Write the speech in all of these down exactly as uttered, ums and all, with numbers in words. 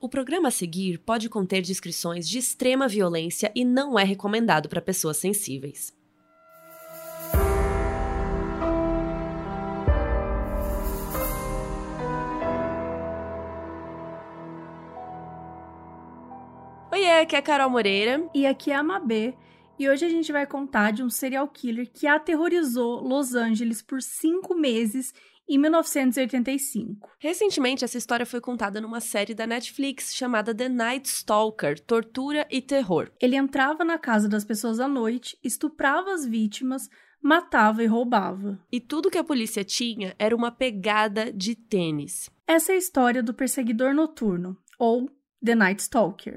O programa a seguir pode conter descrições de extrema violência e não é recomendado para pessoas sensíveis. Oi, aqui é a Carol Moreira. E aqui é a Mabê. E hoje a gente vai contar de um serial killer que aterrorizou Los Angeles por cinco meses em mil novecentos e oitenta e cinco. Recentemente, essa história foi contada numa série da Netflix chamada The Night Stalker, Tortura e Terror. Ele entrava na casa das pessoas à noite, estuprava as vítimas, matava e roubava. E tudo que a polícia tinha era uma pegada de tênis. Essa é a história do perseguidor noturno, ou The Night Stalker.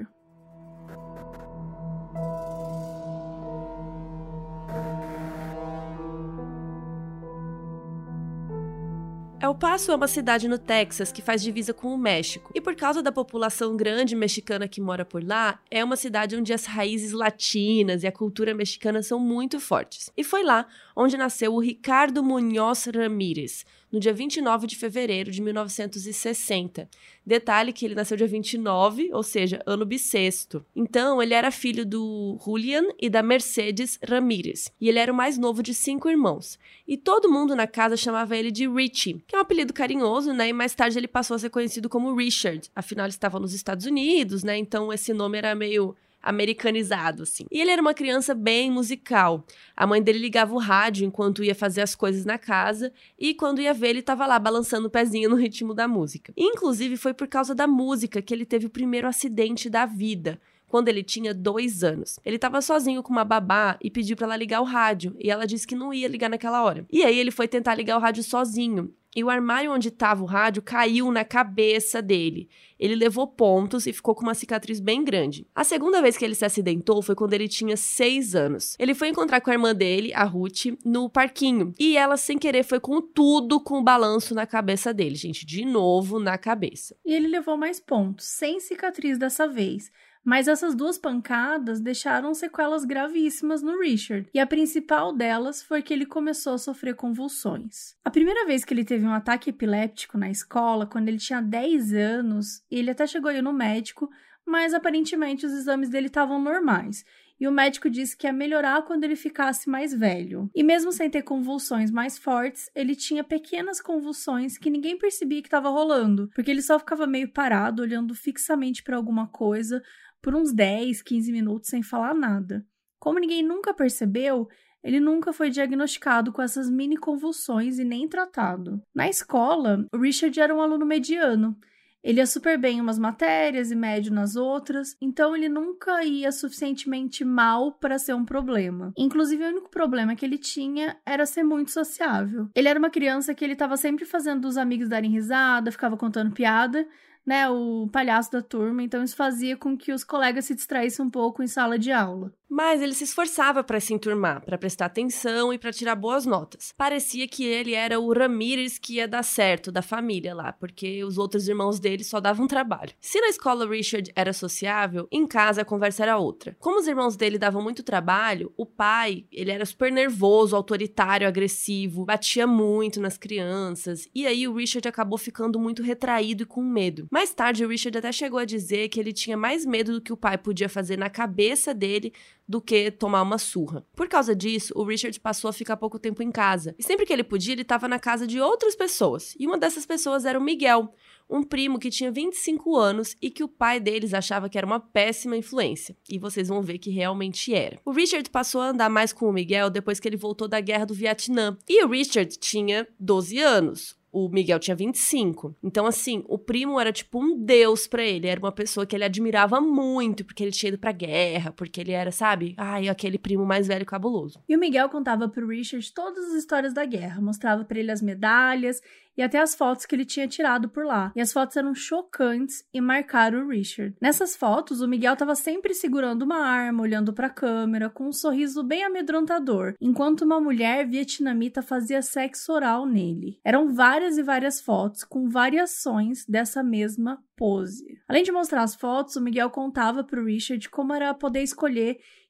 El Paso é uma cidade no Texas que faz divisa com o México. E por causa da população grande mexicana que mora por lá, é uma cidade onde as raízes latinas e a cultura mexicana são muito fortes. E foi lá onde nasceu o Ricardo Muñoz Ramírez, no dia vinte e nove de fevereiro de mil novecentos e sessenta. Detalhe que ele nasceu dia vinte e nove, ou seja, ano bissexto. Então, ele era filho do Julian e da Mercedes Ramírez. E ele era o mais novo de cinco irmãos. E todo mundo na casa chamava ele de Richie, que é um apelido carinhoso, né? E mais tarde ele passou a ser conhecido como Richard. Afinal, ele estava nos Estados Unidos, né? Então, esse nome era meio americanizado, assim. E ele era uma criança bem musical. A mãe dele ligava o rádio enquanto ia fazer as coisas na casa e quando ia ver ele estava lá balançando o pezinho no ritmo da música. E, inclusive, foi por causa da música que ele teve o primeiro acidente da vida, quando ele tinha dois anos. Ele estava sozinho com uma babá e pediu para ela ligar o rádio, e ela disse que não ia ligar naquela hora. E aí ele foi tentar ligar o rádio sozinho, e o armário onde estava o rádio caiu na cabeça dele. Ele levou pontos e ficou com uma cicatriz bem grande. A segunda vez que ele se acidentou foi quando ele tinha seis anos. Ele foi encontrar com a irmã dele, a Ruth, no parquinho, e ela, sem querer, foi com tudo com o balanço na cabeça dele, gente, de novo na cabeça. E ele levou mais pontos, sem cicatriz dessa vez. Mas essas duas pancadas deixaram sequelas gravíssimas no Richard, e a principal delas foi que ele começou a sofrer convulsões. A primeira vez que ele teve um ataque epiléptico na escola, quando ele tinha dez anos, ele até chegou a ir no médico, mas aparentemente os exames dele estavam normais. E o médico disse que ia melhorar quando ele ficasse mais velho. E mesmo sem ter convulsões mais fortes, ele tinha pequenas convulsões que ninguém percebia que estava rolando, porque ele só ficava meio parado, olhando fixamente para alguma coisa, por uns dez, quinze minutos sem falar nada. Como ninguém nunca percebeu, ele nunca foi diagnosticado com essas mini convulsões e nem tratado. Na escola, o Richard era um aluno mediano. Ele ia super bem em umas matérias e médio nas outras, então ele nunca ia suficientemente mal para ser um problema. Inclusive, o único problema que ele tinha era ser muito sociável. Ele era uma criança que ele estava sempre fazendo os amigos darem risada, ficava contando piada, né, o palhaço da turma, então isso fazia com que os colegas se distraíssem um pouco em sala de aula. Mas ele se esforçava para se enturmar, para prestar atenção e para tirar boas notas. Parecia que ele era o Ramírez que ia dar certo da família lá, porque os outros irmãos dele só davam trabalho. Se na escola o Richard era sociável, em casa a conversa era outra. Como os irmãos dele davam muito trabalho, o pai, ele era super nervoso, autoritário, agressivo, batia muito nas crianças, e aí o Richard acabou ficando muito retraído e com medo. Mais tarde, o Richard até chegou a dizer que ele tinha mais medo do que o pai podia fazer na cabeça dele do que tomar uma surra. Por causa disso, o Richard passou a ficar pouco tempo em casa. E sempre que ele podia, ele estava na casa de outras pessoas. E uma dessas pessoas era o Miguel, um primo que tinha vinte e cinco anos e que o pai deles achava que era uma péssima influência. E vocês vão ver que realmente era. O Richard passou a andar mais com o Miguel depois que ele voltou da guerra do Vietnã. E o Richard tinha doze anos. O Miguel tinha vinte e cinco. Então, assim, o primo era tipo um deus pra ele. Era uma pessoa que ele admirava muito, porque ele tinha ido pra guerra, porque ele era, sabe? Ai, aquele primo mais velho e cabuloso. E o Miguel contava pro Richard todas as histórias da guerra. Mostrava pra ele as medalhas e até as fotos que ele tinha tirado por lá. E as fotos eram chocantes e marcaram o Richard. Nessas fotos, o Miguel estava sempre segurando uma arma, olhando pra câmera, com um sorriso bem amedrontador, enquanto uma mulher vietnamita fazia sexo oral nele. Eram várias e várias fotos, com variações dessa mesma pose. Além de mostrar as fotos, o Miguel contava pro Richard como era poder escolher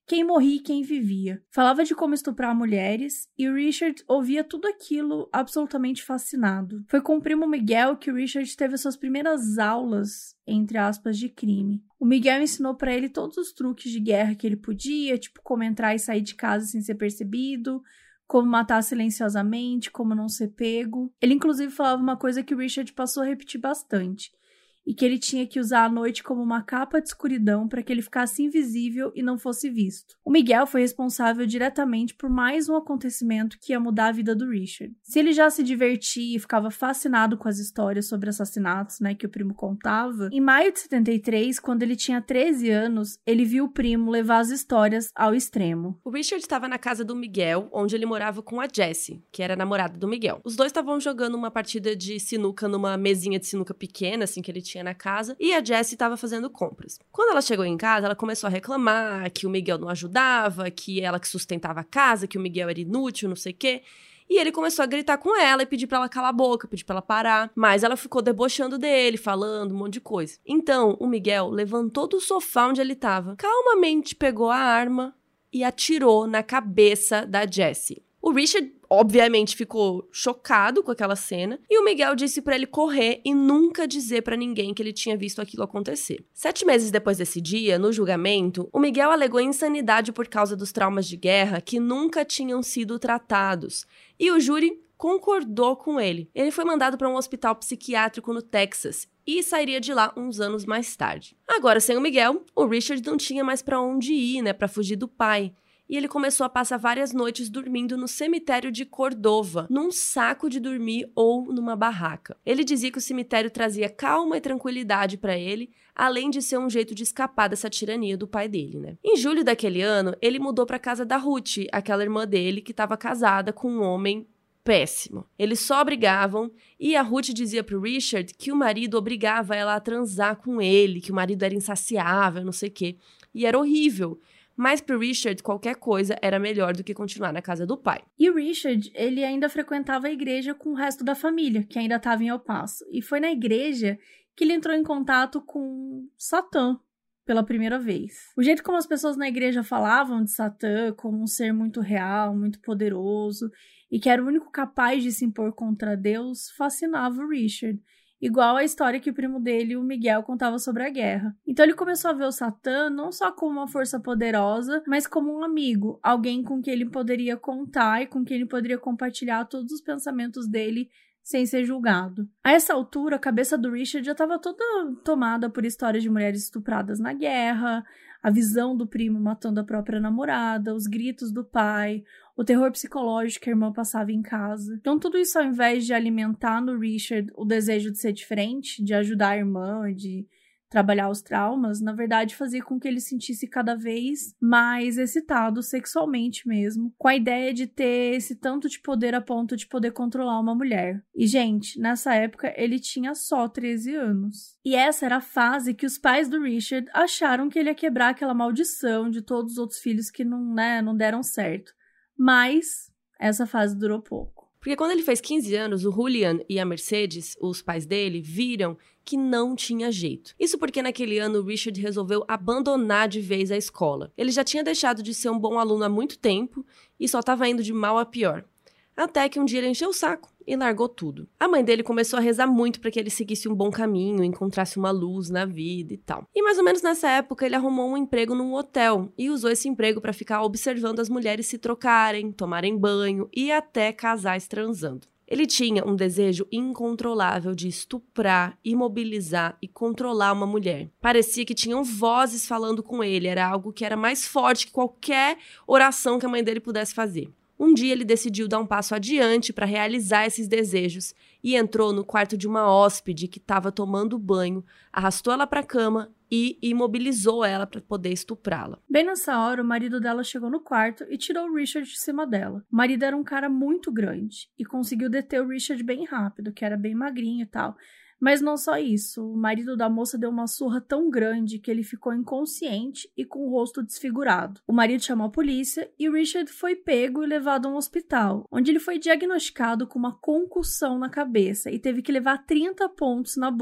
quem morria e quem vivia. Falava de como estuprar mulheres e o Richard ouvia tudo aquilo absolutamente fascinado. Foi com o primo Miguel que o Richard teve suas primeiras aulas, entre aspas, de crime. O Miguel ensinou pra ele todos os truques de guerra que ele podia, tipo como entrar e sair de casa sem ser percebido, como matar silenciosamente, como não ser pego. Ele inclusive falava uma coisa que o Richard passou a repetir bastante, e que ele tinha que usar a noite como uma capa de escuridão para que ele ficasse invisível e não fosse visto. O Miguel foi responsável diretamente por mais um acontecimento que ia mudar a vida do Richard. Se ele já se divertia e ficava fascinado com as histórias sobre assassinatos, né, que o primo contava, em maio de setenta e três, quando ele tinha treze anos, ele viu o primo levar as histórias ao extremo. O Richard estava na casa do Miguel, onde ele morava com a Jessie, que era a namorada do Miguel. Os dois estavam jogando uma partida de sinuca numa mesinha de sinuca pequena, assim, que ele tinha na casa, e a Jessie estava fazendo compras. Quando ela chegou em casa, ela começou a reclamar que o Miguel não ajudava, que ela que sustentava a casa, que o Miguel era inútil, não sei o quê. E ele começou a gritar com ela e pedir pra ela calar a boca, pedir pra ela parar. Mas ela ficou debochando dele, falando um monte de coisa. Então, o Miguel levantou do sofá onde ele estava, calmamente pegou a arma e atirou na cabeça da Jessie. O Richard, obviamente, ficou chocado com aquela cena e o Miguel disse pra ele correr e nunca dizer pra ninguém que ele tinha visto aquilo acontecer. Sete meses depois desse dia, no julgamento, o Miguel alegou insanidade por causa dos traumas de guerra que nunca tinham sido tratados e o júri concordou com ele. Ele foi mandado para um hospital psiquiátrico no Texas e sairia de lá uns anos mais tarde. Agora, sem o Miguel, o Richard não tinha mais pra onde ir, né, pra fugir do pai. E ele começou a passar várias noites dormindo no cemitério de Cordova, num saco de dormir ou numa barraca. Ele dizia que o cemitério trazia calma e tranquilidade para ele, além de ser um jeito de escapar dessa tirania do pai dele, né? Em julho daquele ano, ele mudou para casa da Ruth, aquela irmã dele que estava casada com um homem péssimo. Eles só brigavam e a Ruth dizia pro Richard que o marido obrigava ela a transar com ele, que o marido era insaciável, não sei o quê. E era horrível. Mas pro Richard, qualquer coisa era melhor do que continuar na casa do pai. E o Richard, ele ainda frequentava a igreja com o resto da família, que ainda estava em El Paso. E foi na igreja que ele entrou em contato com Satã pela primeira vez. O jeito como as pessoas na igreja falavam de Satã como um ser muito real, muito poderoso, e que era o único capaz de se impor contra Deus, fascinava o Richard. Igual a história que o primo dele, o Miguel, contava sobre a guerra. Então ele começou a ver o Satã não só como uma força poderosa, mas como um amigo, alguém com quem ele poderia contar e com quem ele poderia compartilhar todos os pensamentos dele sem ser julgado. A essa altura, a cabeça do Richard já estava toda tomada por histórias de mulheres estupradas na guerra, a visão do primo matando a própria namorada, os gritos do pai, o terror psicológico que a irmã passava em casa. Então tudo isso, ao invés de alimentar no Richard o desejo de ser diferente, de ajudar a irmã, de trabalhar os traumas, na verdade fazia com que ele se sentisse cada vez mais excitado sexualmente mesmo, com a ideia de ter esse tanto de poder a ponto de poder controlar uma mulher. E, gente, nessa época ele tinha só treze anos. E essa era a fase que os pais do Richard acharam que ele ia quebrar aquela maldição de todos os outros filhos que não, né, não deram certo. Mas essa fase durou pouco. Porque quando ele fez quinze anos, o Julian e a Mercedes, os pais dele, viram que não tinha jeito. Isso porque naquele ano o Richard resolveu abandonar de vez a escola. Ele já tinha deixado de ser um bom aluno há muito tempo e só estava indo de mal a pior. Até que um dia ele encheu o saco e largou tudo. A mãe dele começou a rezar muito para que ele seguisse um bom caminho, encontrasse uma luz na vida e tal. E mais ou menos nessa época ele arrumou um emprego num hotel e usou esse emprego para ficar observando as mulheres se trocarem, tomarem banho e até casais transando. Ele tinha um desejo incontrolável de estuprar, imobilizar e controlar uma mulher. Parecia que tinham vozes falando com ele, era algo que era mais forte que qualquer oração que a mãe dele pudesse fazer. Um dia ele decidiu dar um passo adiante para realizar esses desejos e entrou no quarto de uma hóspede que estava tomando banho, arrastou ela para a cama e imobilizou ela para poder estuprá-la. Bem nessa hora, o marido dela chegou no quarto e tirou o Richard de cima dela. O marido era um cara muito grande e conseguiu deter o Richard bem rápido, que era bem magrinho e tal. Mas não só isso, o marido da moça deu uma surra tão grande que ele ficou inconsciente e com o rosto desfigurado. O marido chamou a polícia e o Richard foi pego e levado a um hospital, onde ele foi diagnosticado com uma concussão na cabeça e teve que levar trinta pontos na boca.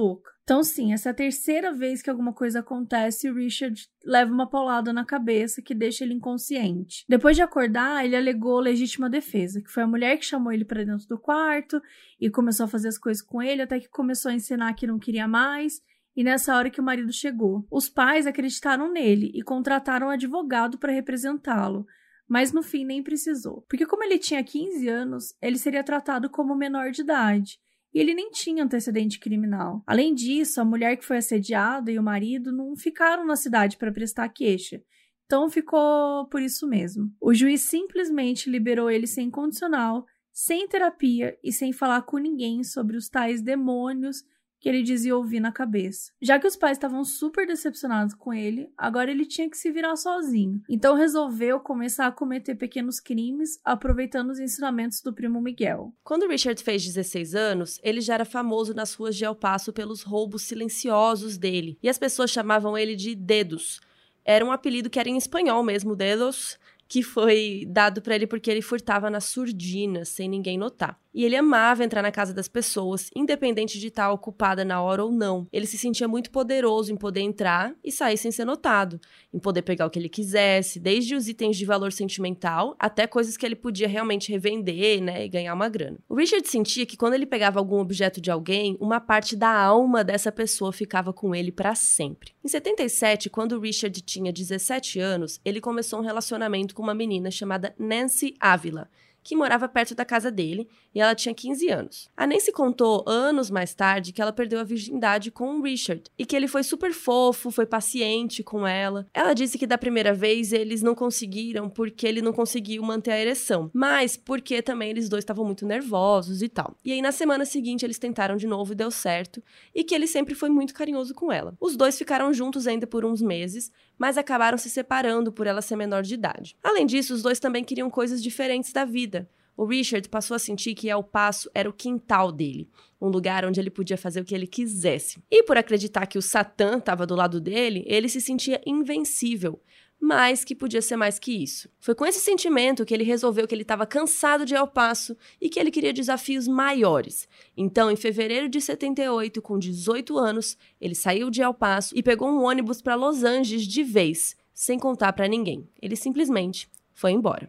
Então, sim, essa é a terceira vez que alguma coisa acontece e o Richard leva uma paulada na cabeça que deixa ele inconsciente. Depois de acordar, ele alegou legítima defesa, que foi a mulher que chamou ele para dentro do quarto e começou a fazer as coisas com ele, até que começou a ensinar que não queria mais, e nessa hora que o marido chegou. Os pais acreditaram nele e contrataram um advogado para representá-lo, mas no fim nem precisou. Porque como ele tinha quinze anos, ele seria tratado como menor de idade. E ele nem tinha antecedente criminal. Além disso, a mulher que foi assediada e o marido não ficaram na cidade para prestar queixa. Então ficou por isso mesmo. O juiz simplesmente liberou ele sem condicional, sem terapia e sem falar com ninguém sobre os tais demônios que ele dizia ouvir na cabeça. Já que os pais estavam super decepcionados com ele, agora ele tinha que se virar sozinho. Então resolveu começar a cometer pequenos crimes, aproveitando os ensinamentos do primo Miguel. Quando Richard fez dezesseis anos, ele já era famoso nas ruas de El Paso pelos roubos silenciosos dele, e as pessoas chamavam ele de Dedos. Era um apelido que era em espanhol mesmo, Dedos, que foi dado para ele porque ele furtava na surdina, sem ninguém notar. E ele amava entrar na casa das pessoas, independente de estar ocupada na hora ou não. Ele se sentia muito poderoso em poder entrar e sair sem ser notado, em poder pegar o que ele quisesse, desde os itens de valor sentimental até coisas que ele podia realmente revender, né, e ganhar uma grana. O Richard sentia que quando ele pegava algum objeto de alguém, uma parte da alma dessa pessoa ficava com ele para sempre. Em setenta e sete, quando o Richard tinha dezessete anos, ele começou um relacionamento com uma menina chamada Nancy Ávila, que morava perto da casa dele, e ela tinha quinze anos. A Nancy contou, anos mais tarde, que ela perdeu a virgindade com o Richard, e que ele foi super fofo, foi paciente com ela. Ela disse que da primeira vez eles não conseguiram porque ele não conseguiu manter a ereção, mas porque também eles dois estavam muito nervosos e tal. E aí na semana seguinte eles tentaram de novo e deu certo, e que ele sempre foi muito carinhoso com ela. Os dois ficaram juntos ainda por uns meses, mas acabaram se separando por ela ser menor de idade. Além disso, os dois também queriam coisas diferentes da vida. O Richard passou a sentir que El Paso era o quintal dele, um lugar onde ele podia fazer o que ele quisesse. E por acreditar que o Satã estava do lado dele, ele se sentia invencível, mas que podia ser mais que isso. Foi com esse sentimento que ele resolveu que ele estava cansado de El Paso e que ele queria desafios maiores. Então, em fevereiro de setenta e oito, com dezoito anos, ele saiu de El Paso e pegou um ônibus para Los Angeles de vez, sem contar para ninguém. Ele simplesmente foi embora.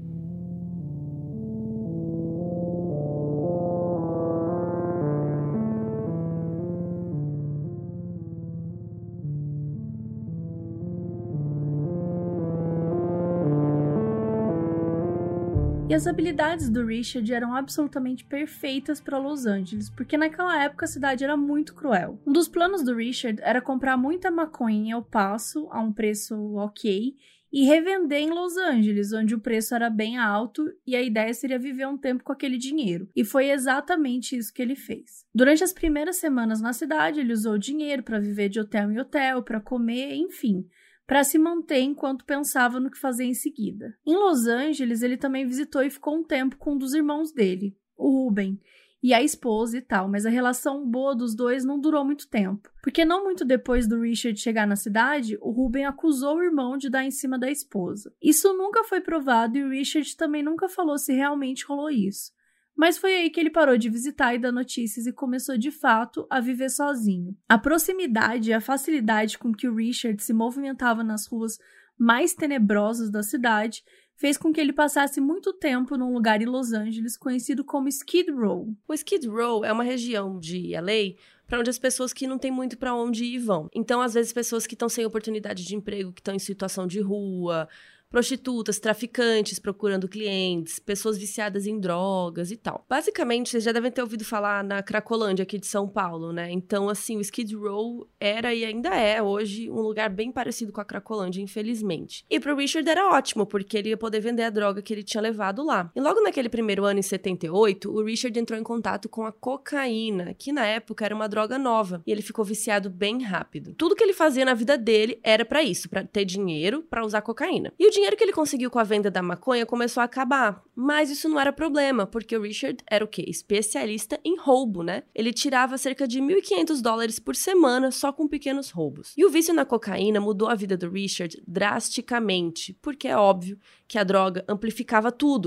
E as habilidades do Richard eram absolutamente perfeitas para Los Angeles, porque naquela época a cidade era muito cruel. Um dos planos do Richard era comprar muita maconha em El Paso, a um preço ok, e revender em Los Angeles, onde o preço era bem alto e a ideia seria viver um tempo com aquele dinheiro. E foi exatamente isso que ele fez. Durante as primeiras semanas na cidade, ele usou o dinheiro para viver de hotel em hotel, para comer, enfim, para se manter enquanto pensava no que fazer em seguida. Em Los Angeles, ele também visitou e ficou um tempo com um dos irmãos dele, o Ruben, e a esposa e tal, mas a relação boa dos dois não durou muito tempo. Porque não muito depois do Richard chegar na cidade, o Ruben acusou o irmão de dar em cima da esposa. Isso nunca foi provado e o Richard também nunca falou se realmente rolou isso. Mas foi aí que ele parou de visitar e dar notícias e começou de fato a viver sozinho. A proximidade e a facilidade com que o Richard se movimentava nas ruas mais tenebrosas da cidade fez com que ele passasse muito tempo num lugar em Los Angeles conhecido como Skid Row. O Skid Row é uma região de L A para onde as pessoas que não têm muito para onde ir vão. Então, às vezes, pessoas que estão sem oportunidade de emprego, que estão em situação de rua, prostitutas, traficantes procurando clientes, pessoas viciadas em drogas e tal. Basicamente, vocês já devem ter ouvido falar na Cracolândia aqui de São Paulo, né? Então, assim, o Skid Row era e ainda é hoje um lugar bem parecido com a Cracolândia, infelizmente. E pro Richard era ótimo, porque ele ia poder vender a droga que ele tinha levado lá. E logo naquele primeiro ano, em setenta e oito, o Richard entrou em contato com a cocaína, que na época era uma droga nova, e ele ficou viciado bem rápido. Tudo que ele fazia na vida dele era pra isso, pra ter dinheiro pra usar cocaína. E o O dinheiro que ele conseguiu com a venda da maconha começou a acabar, mas isso não era problema, porque o Richard era o quê? Especialista em roubo, né? Ele tirava cerca de mil e quinhentos dólares por semana só com pequenos roubos. E o vício na cocaína mudou a vida do Richard drasticamente, porque é óbvio que a droga amplificava tudo.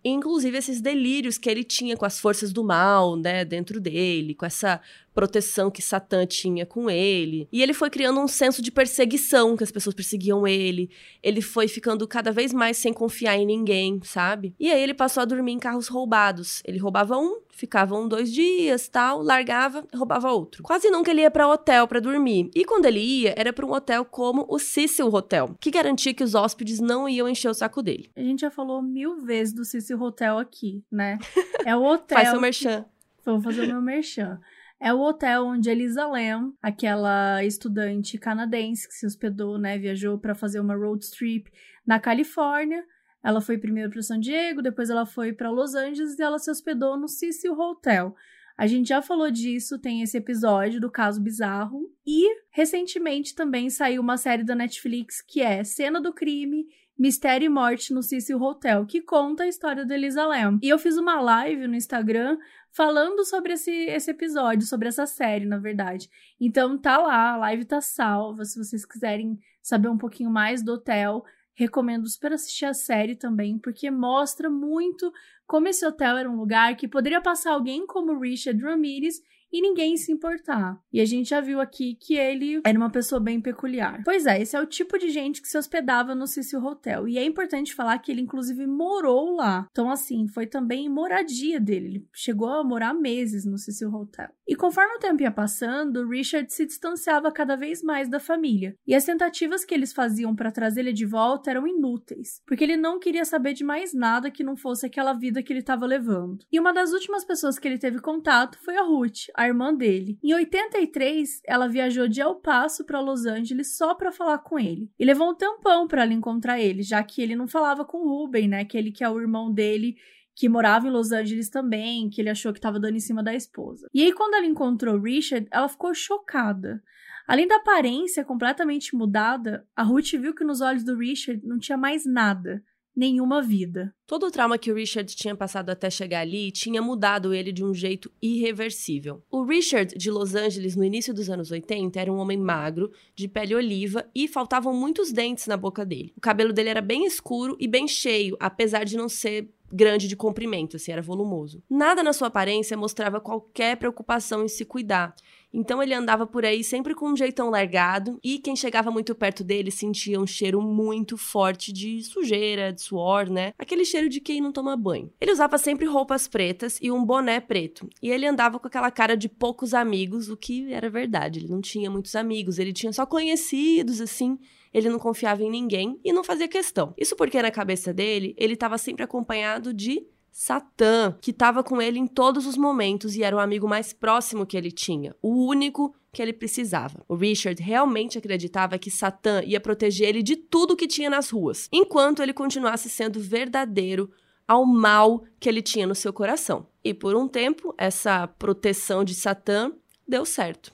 Inclusive esses delírios que ele tinha com as forças do mal, né, dentro dele, com essa proteção que Satã tinha com ele. E ele foi criando um senso de perseguição, que as pessoas perseguiam ele. Ele foi ficando cada vez mais sem confiar em ninguém, sabe? E aí ele passou a dormir em carros roubados. Ele roubava um, ficava um, dois dias, tal, largava, roubava outro. Quase nunca ele ia pra hotel pra dormir. E quando ele ia, era pra um hotel como o Cecil Hotel, que garantia que os hóspedes não iam encher o saco dele. A gente já falou mil vezes do Cecil Hotel aqui, né? É o hotel... Faz seu merchan. Que... Vou fazer o meu merchan. É o hotel onde Elisa Lam, aquela estudante canadense que se hospedou, né, viajou para fazer uma road trip na Califórnia. Ela foi primeiro para San Diego, depois ela foi para Los Angeles e ela se hospedou no Cecil Hotel. A gente já falou disso, tem esse episódio do caso bizarro. E, recentemente, também saiu uma série da Netflix que é Cena do Crime, Mistério e Morte no Cecil Hotel, que conta a história da Elisa Lam. E eu fiz uma live no Instagram falando sobre esse, esse episódio, sobre essa série, na verdade. Então tá lá, a live tá salva, se vocês quiserem saber um pouquinho mais do hotel, recomendo super assistir a série também, porque mostra muito como esse hotel era um lugar que poderia passar alguém como Richard Ramirez e ninguém se importar. E a gente já viu aqui que ele era uma pessoa bem peculiar. Pois é, esse é o tipo de gente que se hospedava no Cecil Hotel. E é importante falar que ele, inclusive, morou lá. Então, assim, foi também moradia dele. Ele chegou a morar meses no Cecil Hotel. E conforme o tempo ia passando, Richard se distanciava cada vez mais da família. E as tentativas que eles faziam para trazer ele de volta eram inúteis. Porque ele não queria saber de mais nada que não fosse aquela vida que ele estava levando. E uma das últimas pessoas que ele teve contato foi a Ruth, a irmã dele. Em oitenta e três, ela viajou de El Paso para Los Angeles só para falar com ele. E levou um tempão para ela encontrar ele, já que ele não falava com o Ruben, né? Aquele que é o irmão dele, que morava em Los Angeles também, que ele achou que estava dando em cima da esposa. E aí, quando ela encontrou Richard, ela ficou chocada. Além da aparência completamente mudada, a Ruth viu que nos olhos do Richard não tinha mais nada. Nenhuma vida. Todo o trauma que o Richard tinha passado até chegar ali tinha mudado ele de um jeito irreversível. O Richard de Los Angeles no início dos anos oitenta era um homem magro, de pele oliva e faltavam muitos dentes na boca dele. O cabelo dele era bem escuro e bem cheio, apesar de não ser grande de comprimento, assim, era volumoso. Nada na sua aparência mostrava qualquer preocupação em se cuidar. Então ele andava por aí sempre com um jeitão largado e quem chegava muito perto dele sentia um cheiro muito forte de sujeira, de suor, né? Aquele cheiro de quem não toma banho. Ele usava sempre roupas pretas e um boné preto. E ele andava com aquela cara de poucos amigos, o que era verdade. Ele não tinha muitos amigos, ele tinha só conhecidos, assim. Ele não confiava em ninguém e não fazia questão. Isso porque na cabeça dele, ele estava sempre acompanhado de Satã, que estava com ele em todos os momentos e era o amigo mais próximo que ele tinha, o único que ele precisava. O Richard realmente acreditava que Satã ia proteger ele de tudo que tinha nas ruas, enquanto ele continuasse sendo verdadeiro ao mal que ele tinha no seu coração. E por um tempo, essa proteção de Satã deu certo.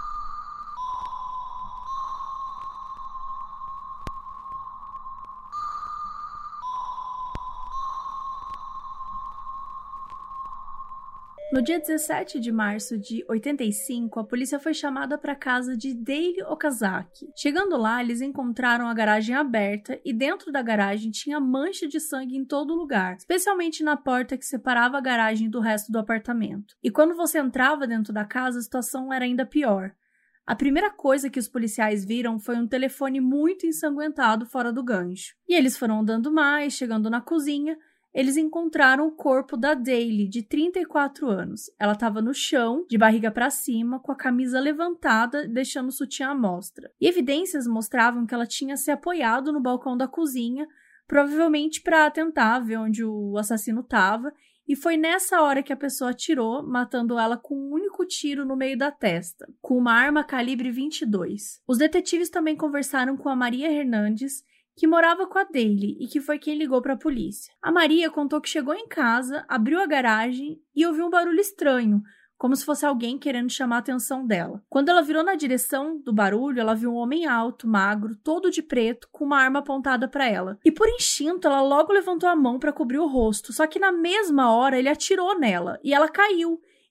No dia dezessete de março de oitenta e cinco, a polícia foi chamada para a casa de Dale Okazaki. Chegando lá, eles encontraram a garagem aberta e dentro da garagem tinha mancha de sangue em todo lugar, especialmente na porta que separava a garagem do resto do apartamento. E quando você entrava dentro da casa, a situação era ainda pior. A primeira coisa que os policiais viram foi um telefone muito ensanguentado fora do gancho. E eles foram andando mais, chegando na cozinha. Eles encontraram o corpo da Dale, de trinta e quatro anos. Ela estava no chão, de barriga para cima, com a camisa levantada, deixando o sutiã à mostra. E evidências mostravam que ela tinha se apoiado no balcão da cozinha, provavelmente para tentar ver onde o assassino estava, e foi nessa hora que a pessoa atirou, matando ela com um único tiro no meio da testa, com uma arma calibre vinte e dois. Os detetives também conversaram com a Maria Hernandes, que morava com a Dale e que foi quem ligou para a polícia. A Maria contou que chegou em casa, abriu a garagem e ouviu um barulho estranho, como se fosse alguém querendo chamar a atenção dela. Quando ela virou na direção do barulho, ela viu um homem alto, magro, todo de preto, com uma arma apontada para ela. E por instinto, ela logo levantou a mão para cobrir o rosto, só que na mesma hora ele atirou nela e ela caiu.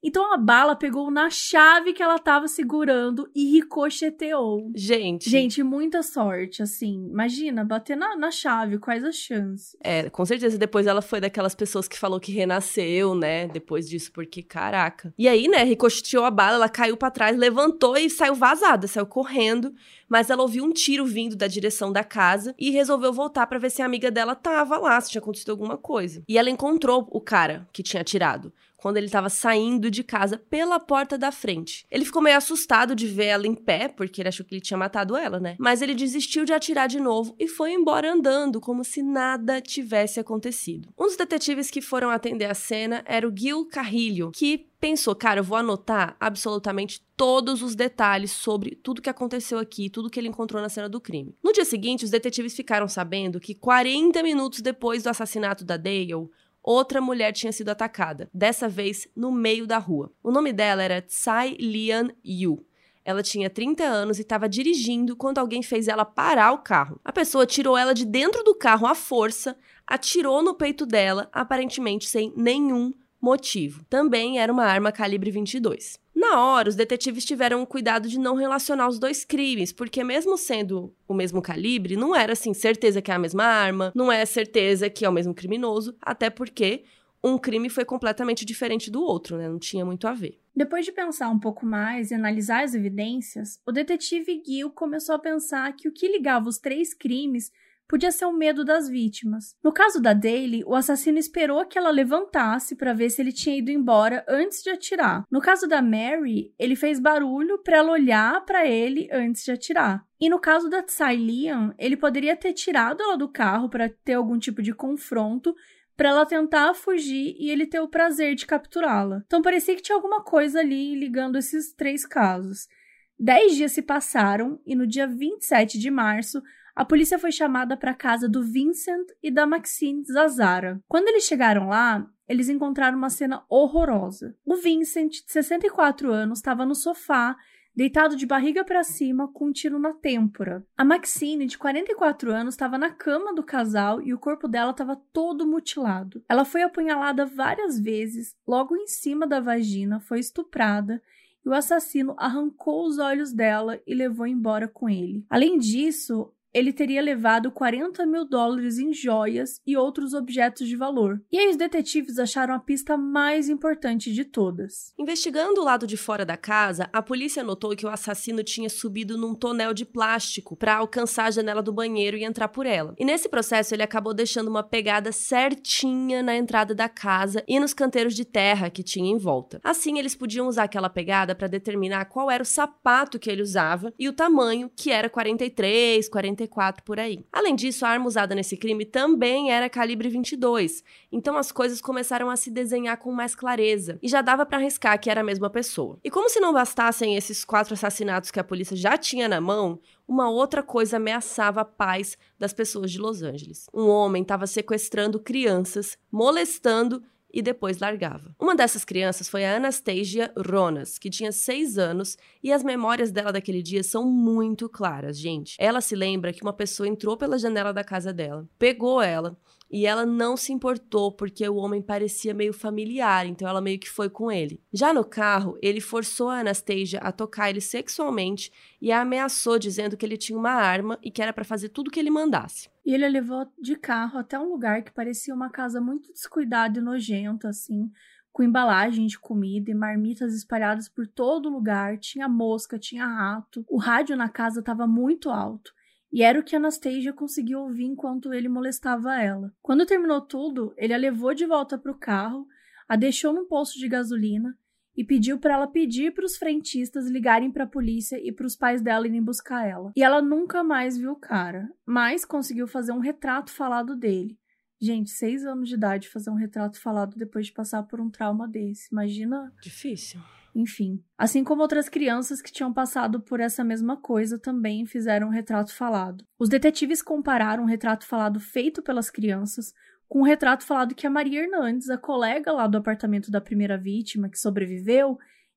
Então a bala pegou na chave que ela tava segurando e ricocheteou. Gente. Gente, muita sorte, assim. Imagina, bater na, na chave, quais as chances? É, com certeza depois ela foi daquelas pessoas que falou que renasceu, né? Depois disso, porque caraca. E aí, né, ricocheteou a bala, ela caiu pra trás, levantou e saiu vazada, saiu correndo. Mas ela ouviu um tiro vindo da direção da casa e resolveu voltar pra ver se a amiga dela tava lá, se tinha acontecido alguma coisa. E ela encontrou o cara que tinha atirado quando ele tava saindo de casa pela porta da frente. Ele ficou meio assustado de ver ela em pé, porque ele achou que ele tinha matado ela, né? Mas ele desistiu de atirar de novo e foi embora andando, como se nada tivesse acontecido. Um dos detetives que foram atender a cena era o Gil Carrillo, que pensou, cara, eu vou anotar absolutamente todos os detalhes sobre tudo que aconteceu aqui, tudo que ele encontrou na cena do crime. No dia seguinte, os detetives ficaram sabendo que quarenta minutos depois do assassinato da Dale, outra mulher tinha sido atacada, dessa vez no meio da rua. O nome dela era Tsai Lian Yu. Ela tinha trinta anos e estava dirigindo quando alguém fez ela parar o carro. A pessoa tirou ela de dentro do carro à força, atirou no peito dela, aparentemente sem nenhum motivo. Também era uma arma calibre vinte e dois. Na hora, os detetives tiveram o cuidado de não relacionar os dois crimes, porque mesmo sendo o mesmo calibre, não era assim certeza que é a mesma arma, não é certeza que é o mesmo criminoso, até porque um crime foi completamente diferente do outro, né? Não tinha muito a ver. Depois de pensar um pouco mais e analisar as evidências, o detetive Gil começou a pensar que o que ligava os três crimes podia ser o medo das vítimas. No caso da Dale, o assassino esperou que ela levantasse para ver se ele tinha ido embora antes de atirar. No caso da Mary, ele fez barulho para ela olhar para ele antes de atirar. E no caso da Tsai Lian, ele poderia ter tirado ela do carro para ter algum tipo de confronto, para ela tentar fugir e ele ter o prazer de capturá-la. Então parecia que tinha alguma coisa ali ligando esses três casos. Dez dias se passaram e no dia vinte e sete de março, a polícia foi chamada para a casa do Vincent e da Maxine Zazzara. Quando eles chegaram lá, eles encontraram uma cena horrorosa. O Vincent, de sessenta e quatro anos, estava no sofá, deitado de barriga para cima, com um tiro na têmpora. A Maxine, de quarenta e quatro anos, estava na cama do casal e o corpo dela estava todo mutilado. Ela foi apunhalada várias vezes, logo em cima da vagina, foi estuprada, e o assassino arrancou os olhos dela e levou embora com ele. Além disso, ele teria levado quarenta mil dólares em joias e outros objetos de valor. E aí os detetives acharam a pista mais importante de todas. Investigando o lado de fora da casa, a polícia notou que o assassino tinha subido num tonel de plástico para alcançar a janela do banheiro e entrar por ela. E nesse processo ele acabou deixando uma pegada certinha na entrada da casa e nos canteiros de terra que tinha em volta. Assim, eles podiam usar aquela pegada para determinar qual era o sapato que ele usava e o tamanho, que era quarenta e três, quarenta e quatro por aí. Além disso, a arma usada nesse crime também era calibre vinte e dois, então as coisas começaram a se desenhar com mais clareza, e já dava pra arriscar que era a mesma pessoa. E como se não bastassem esses quatro assassinatos que a polícia já tinha na mão, uma outra coisa ameaçava a paz das pessoas de Los Angeles. Um homem estava sequestrando crianças, molestando e depois largava. Uma dessas crianças foi a Anastasia Ronas, que tinha seis anos, e as memórias dela daquele dia são muito claras, gente. Ela se lembra que uma pessoa entrou pela janela da casa dela, pegou ela, e ela não se importou porque o homem parecia meio familiar, então ela meio que foi com ele. Já no carro, ele forçou a Anastasia a tocar ele sexualmente e a ameaçou dizendo que ele tinha uma arma e que era para fazer tudo que ele mandasse. E ele a levou de carro até um lugar que parecia uma casa muito descuidada e nojenta, assim, com embalagem de comida e marmitas espalhadas por todo lugar, tinha mosca, tinha rato. O rádio na casa estava muito alto. E era o que Anastasia conseguiu ouvir enquanto ele molestava ela. Quando terminou tudo, ele a levou de volta para o carro, a deixou num posto de gasolina e pediu para ela pedir para os frentistas ligarem para a polícia e para os pais dela irem buscar ela. E ela nunca mais viu o cara, mas conseguiu fazer um retrato falado dele. Gente, seis anos de idade fazer um retrato falado depois de passar por um trauma desse. Imagina... Difícil. Enfim, assim como outras crianças que tinham passado por essa mesma coisa também fizeram um retrato falado. Os detetives compararam o retrato falado feito pelas crianças com o retrato falado que a Maria Hernandes, a colega lá do apartamento da primeira vítima que sobreviveu,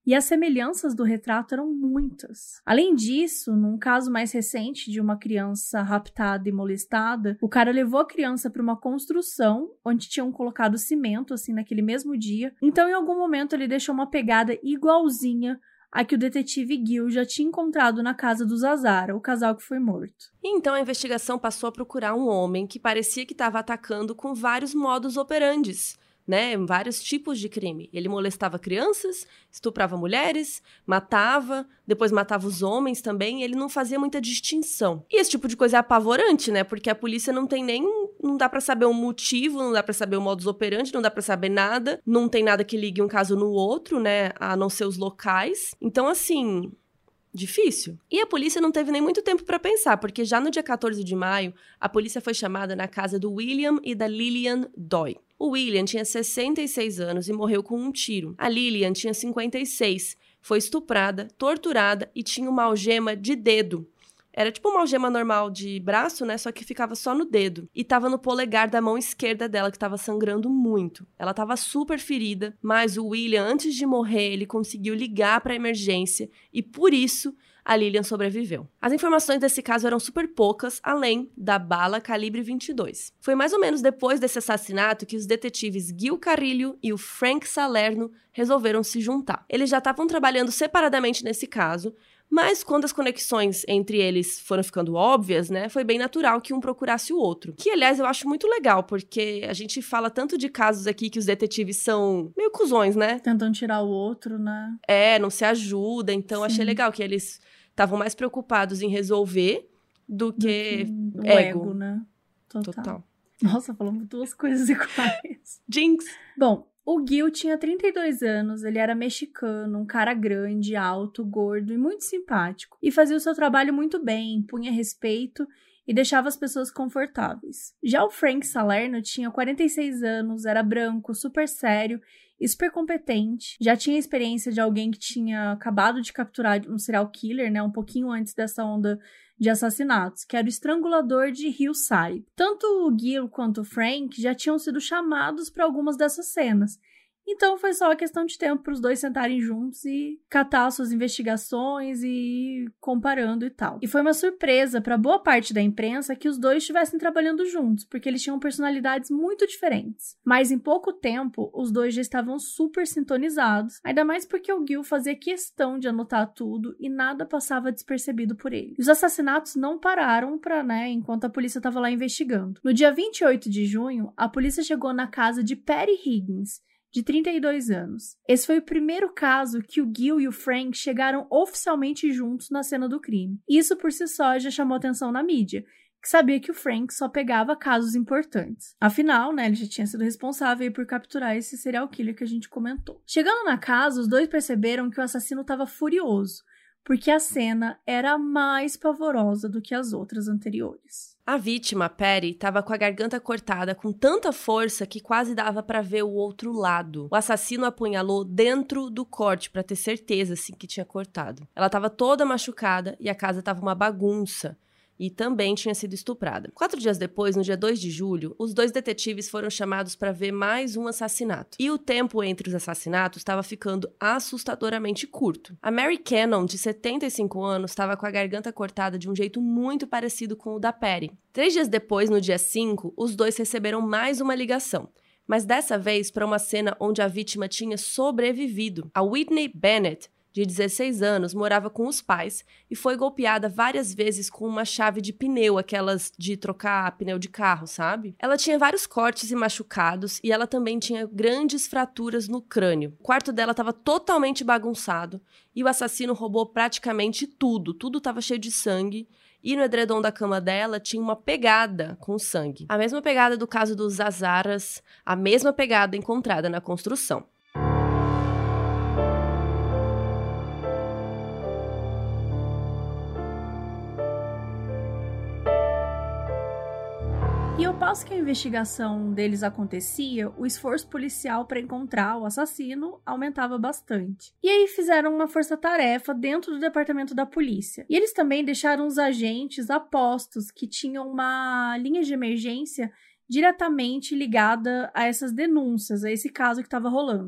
E as semelhanças do retrato eram muitas. Além disso, num caso mais recente de uma criança raptada e molestada, o cara levou a criança para uma construção onde tinham colocado cimento, assim, naquele mesmo dia. Então, em algum momento, ele deixou uma pegada igualzinha a que o detetive Gil já tinha encontrado na casa dos Azara, o casal que foi morto. E então a investigação passou a procurar um homem que parecia que estava atacando com vários modus operandes, né, vários tipos de crime. Ele molestava crianças, estuprava mulheres, matava, depois matava os homens também, ele não fazia muita distinção. E esse tipo de coisa é apavorante, né, porque a polícia não tem nem, não dá pra saber o motivo, não dá pra saber o modus operandi, não dá pra saber nada, não tem nada que ligue um caso no outro, né, a não ser os locais. Então, assim, difícil. E a polícia não teve nem muito tempo pra pensar, porque já no dia quatorze de maio, a polícia foi chamada na casa do William e da Lillian Doy. O William tinha sessenta e seis anos e morreu com um tiro. A Lillian tinha cinquenta e seis, foi estuprada, torturada e tinha uma algema de dedo. Era tipo uma algema normal de braço, né? Só que ficava só no dedo. E tava no polegar da mão esquerda dela, que tava sangrando muito. Ela tava super ferida, mas o William, antes de morrer, ele conseguiu ligar pra emergência e, por isso, a Lillian sobreviveu. As informações desse caso eram super poucas, além da bala calibre vinte e dois. Foi mais ou menos depois desse assassinato que os detetives Gil Carrillo e o Frank Salerno resolveram se juntar. Eles já estavam trabalhando separadamente nesse caso, mas quando as conexões entre eles foram ficando óbvias, né, foi bem natural que um procurasse o outro. Que, aliás, eu acho muito legal, porque a gente fala tanto de casos aqui que os detetives são meio cuzões, né? Tentam tirar o outro, né? É, não se ajuda, então Sim. Achei legal que eles estavam mais preocupados em resolver do que do que ego. ego, né? Total. Total. Nossa, falamos duas coisas iguais. Jinx! Bom, o Gil tinha trinta e dois anos, ele era mexicano, um cara grande, alto, gordo e muito simpático. E fazia o seu trabalho muito bem, impunha respeito e deixava as pessoas confortáveis. Já o Frank Salerno tinha quarenta e seis anos, era branco, super sério e super competente. Já tinha experiência de alguém que tinha acabado de capturar um serial killer, né, um pouquinho antes dessa onda de assassinatos, que era o estrangulador de Hillside. Tanto o Gil quanto o Frank já tinham sido chamados para algumas dessas cenas. Então foi só uma questão de tempo para os dois sentarem juntos e catar suas investigações e ir comparando e tal. E foi uma surpresa para boa parte da imprensa que os dois estivessem trabalhando juntos, porque eles tinham personalidades muito diferentes. Mas em pouco tempo, os dois já estavam super sintonizados, ainda mais porque o Gil fazia questão de anotar tudo e nada passava despercebido por ele. E os assassinatos não pararam para, né, enquanto a polícia estava lá investigando. No dia vinte e oito de junho, a polícia chegou na casa de Patty Higgins, de trinta e dois anos. Esse foi o primeiro caso que o Gil e o Frank chegaram oficialmente juntos na cena do crime. Isso por si só já chamou atenção na mídia, que sabia que o Frank só pegava casos importantes. Afinal, né, ele já tinha sido responsável por capturar esse serial killer que a gente comentou. Chegando na casa, os dois perceberam que o assassino estava furioso, porque a cena era mais pavorosa do que as outras anteriores. A vítima, Patty, estava com a garganta cortada com tanta força que quase dava para ver o outro lado. O assassino apunhalou dentro do corte para ter certeza assim, que tinha cortado. Ela estava toda machucada e a casa estava uma bagunça. E também tinha sido estuprada. Quatro dias depois, no dia dois de julho, os dois detetives foram chamados para ver mais um assassinato. E o tempo entre os assassinatos estava ficando assustadoramente curto. A Mary Cannon, de setenta e cinco anos, estava com a garganta cortada de um jeito muito parecido com o da Patty. Três dias depois, no dia cinco, os dois receberam mais uma ligação, mas dessa vez para uma cena onde a vítima tinha sobrevivido. A Whitney Bennett, de dezesseis anos, morava com os pais e foi golpeada várias vezes com uma chave de pneu, aquelas de trocar pneu de carro, sabe? Ela tinha vários cortes e machucados e ela também tinha grandes fraturas no crânio. O quarto dela estava totalmente bagunçado e o assassino roubou praticamente tudo, tudo estava cheio de sangue. E no edredom da cama dela tinha uma pegada com sangue. A mesma pegada do caso dos Azaras, a mesma pegada encontrada na construção. E ao passo que a investigação deles acontecia, o esforço policial para encontrar o assassino aumentava bastante. E aí fizeram uma força-tarefa dentro do departamento da polícia. E eles também deixaram os agentes a postos que tinham uma linha de emergência diretamente ligada a essas denúncias, a esse caso que estava rolando.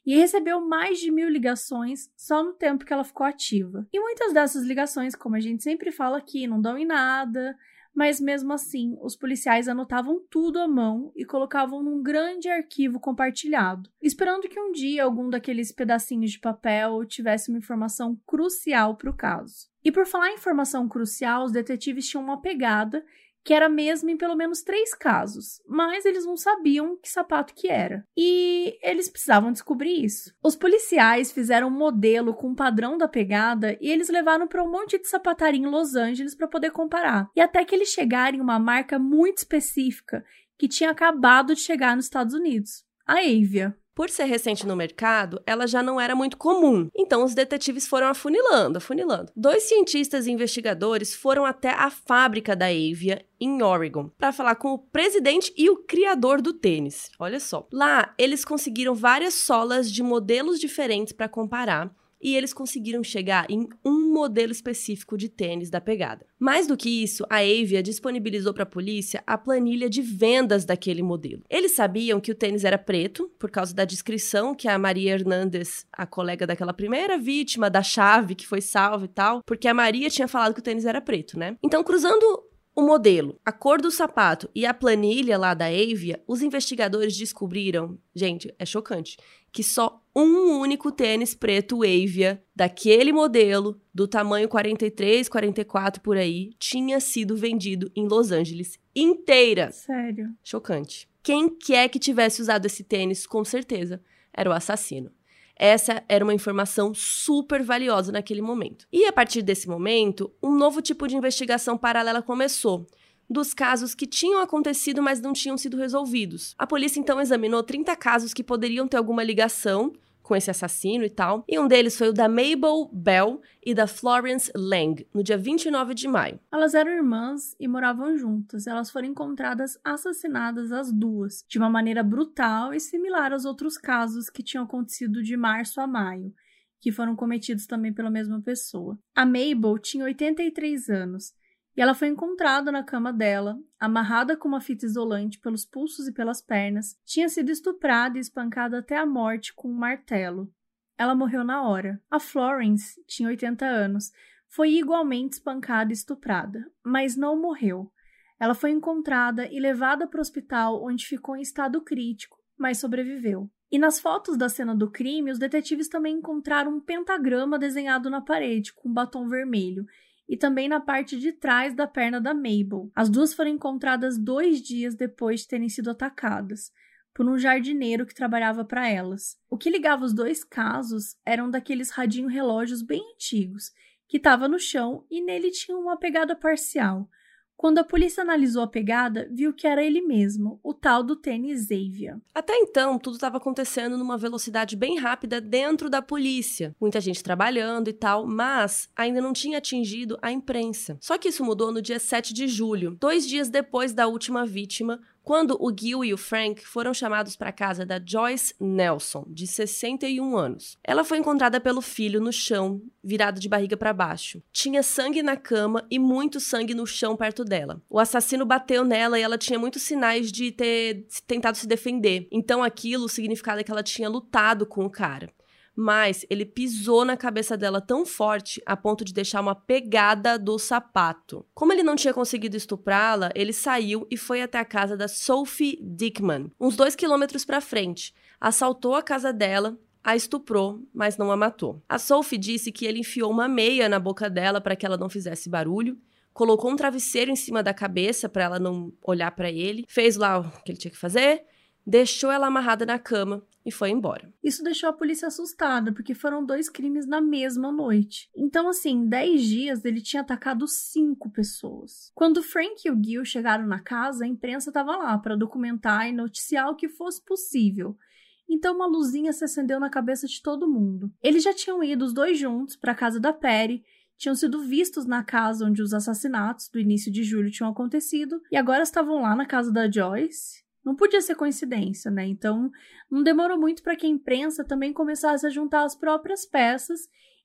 e recebeu mais de mil ligações só no tempo que ela ficou ativa. E muitas dessas ligações, como a gente sempre fala aqui, não dão em nada, mas mesmo assim, os policiais anotavam tudo à mão e colocavam num grande arquivo compartilhado, esperando que um dia algum daqueles pedacinhos de papel tivesse uma informação crucial para o caso. E por falar em informação crucial, os detetives tinham uma pegada que era a mesma em pelo menos três casos, mas eles não sabiam que sapato que era. E eles precisavam descobrir isso. Os policiais fizeram um modelo com o padrão da pegada e eles levaram para um monte de sapataria em Los Angeles para poder comparar. E até que eles chegaram em uma marca muito específica que tinha acabado de chegar nos Estados Unidos, a Avia. Por ser recente no mercado, ela já não era muito comum. Então, os detetives foram afunilando, afunilando. Dois cientistas e investigadores foram até a fábrica da Avia, em Oregon, para falar com o presidente e o criador do tênis. Olha só. Lá, eles conseguiram várias solas de modelos diferentes para comparar, e eles conseguiram chegar em um modelo específico de tênis da pegada. Mais do que isso, a Avia disponibilizou para a polícia a planilha de vendas daquele modelo. Eles sabiam que o tênis era preto, por causa da descrição que a Maria Hernandes, a colega daquela primeira vítima da chave que foi salva e tal, porque a Maria tinha falado que o tênis era preto, né? Então, cruzando o modelo, a cor do sapato e a planilha lá da Avia, os investigadores descobriram, gente, é chocante, que só um único tênis preto Avia, daquele modelo, do tamanho quarenta e três, quarenta e quatro por aí, tinha sido vendido em Los Angeles inteira. Sério? Chocante. Quem quer que tivesse usado esse tênis, com certeza, era o assassino. Essa era uma informação super valiosa naquele momento. E a partir desse momento, um novo tipo de investigação paralela começou, dos casos que tinham acontecido, mas não tinham sido resolvidos. A polícia então examinou trinta casos que poderiam ter alguma ligação com esse assassino e tal, e um deles foi o da Mabel Bell e da Florence Lang, no dia vinte e nove de maio. Elas eram irmãs e moravam juntas. Elas foram encontradas assassinadas as duas, de uma maneira brutal e similar aos outros casos que tinham acontecido de março a maio, que foram cometidos também pela mesma pessoa. A Mabel tinha oitenta e três anos, e ela foi encontrada na cama dela, amarrada com uma fita isolante pelos pulsos e pelas pernas, tinha sido estuprada e espancada até a morte com um martelo. Ela morreu na hora. A Florence tinha oitenta anos, foi igualmente espancada e estuprada, mas não morreu. Ela foi encontrada e levada para o hospital, onde ficou em estado crítico, mas sobreviveu. E nas fotos da cena do crime, os detetives também encontraram um pentagrama desenhado na parede, com um batom vermelho, e também na parte de trás da perna da Mabel. As duas foram encontradas dois dias depois de terem sido atacadas, por um jardineiro que trabalhava para elas. O que ligava os dois casos eram daqueles radinho-relógios bem antigos, que estava no chão e nele tinha uma pegada parcial. Quando a polícia analisou a pegada, viu que era ele mesmo, o tal do tênis Avia. Até então, tudo estava acontecendo numa velocidade bem rápida dentro da polícia. Muita gente trabalhando e tal, mas ainda não tinha atingido a imprensa. Só que isso mudou no dia sete de julho, dois dias depois da última vítima, quando o Gil e o Frank foram chamados para a casa da Joyce Nelson, de sessenta e um anos. Ela foi encontrada pelo filho no chão, virado de barriga para baixo. Tinha sangue na cama e muito sangue no chão perto dela. O assassino bateu nela e ela tinha muitos sinais de ter tentado se defender. Então aquilo significava que ela tinha lutado com o cara. Mas ele pisou na cabeça dela tão forte a ponto de deixar uma pegada do sapato. Como ele não tinha conseguido estuprá-la, ele saiu e foi até a casa da Sophie Dickman, uns dois quilômetros para frente. Assaltou a casa dela, a estuprou, mas não a matou. A Sophie disse que ele enfiou uma meia na boca dela para que ela não fizesse barulho, colocou um travesseiro em cima da cabeça para ela não olhar para ele, fez lá o que ele tinha que fazer, deixou ela amarrada na cama e foi embora. Isso deixou a polícia assustada, porque foram dois crimes na mesma noite. Então, assim, em dez dias ele tinha atacado cinco pessoas. Quando Frank e o Gil chegaram na casa, a imprensa estava lá para documentar e noticiar o que fosse possível. Então uma luzinha se acendeu na cabeça de todo mundo. Eles já tinham ido os dois juntos para a casa da Patty, tinham sido vistos na casa onde os assassinatos do início de julho tinham acontecido, e agora estavam lá na casa da Joyce. Não podia ser coincidência, né? Então, não demorou muito para que a imprensa também começasse a juntar as próprias peças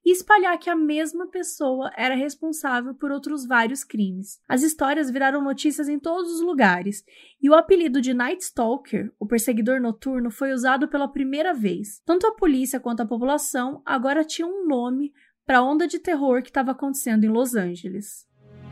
e espalhar que a mesma pessoa era responsável por outros vários crimes. As histórias viraram notícias em todos os lugares, e o apelido de Night Stalker, o perseguidor noturno, foi usado pela primeira vez. Tanto a polícia quanto a população agora tinham um nome para a onda de terror que estava acontecendo em Los Angeles.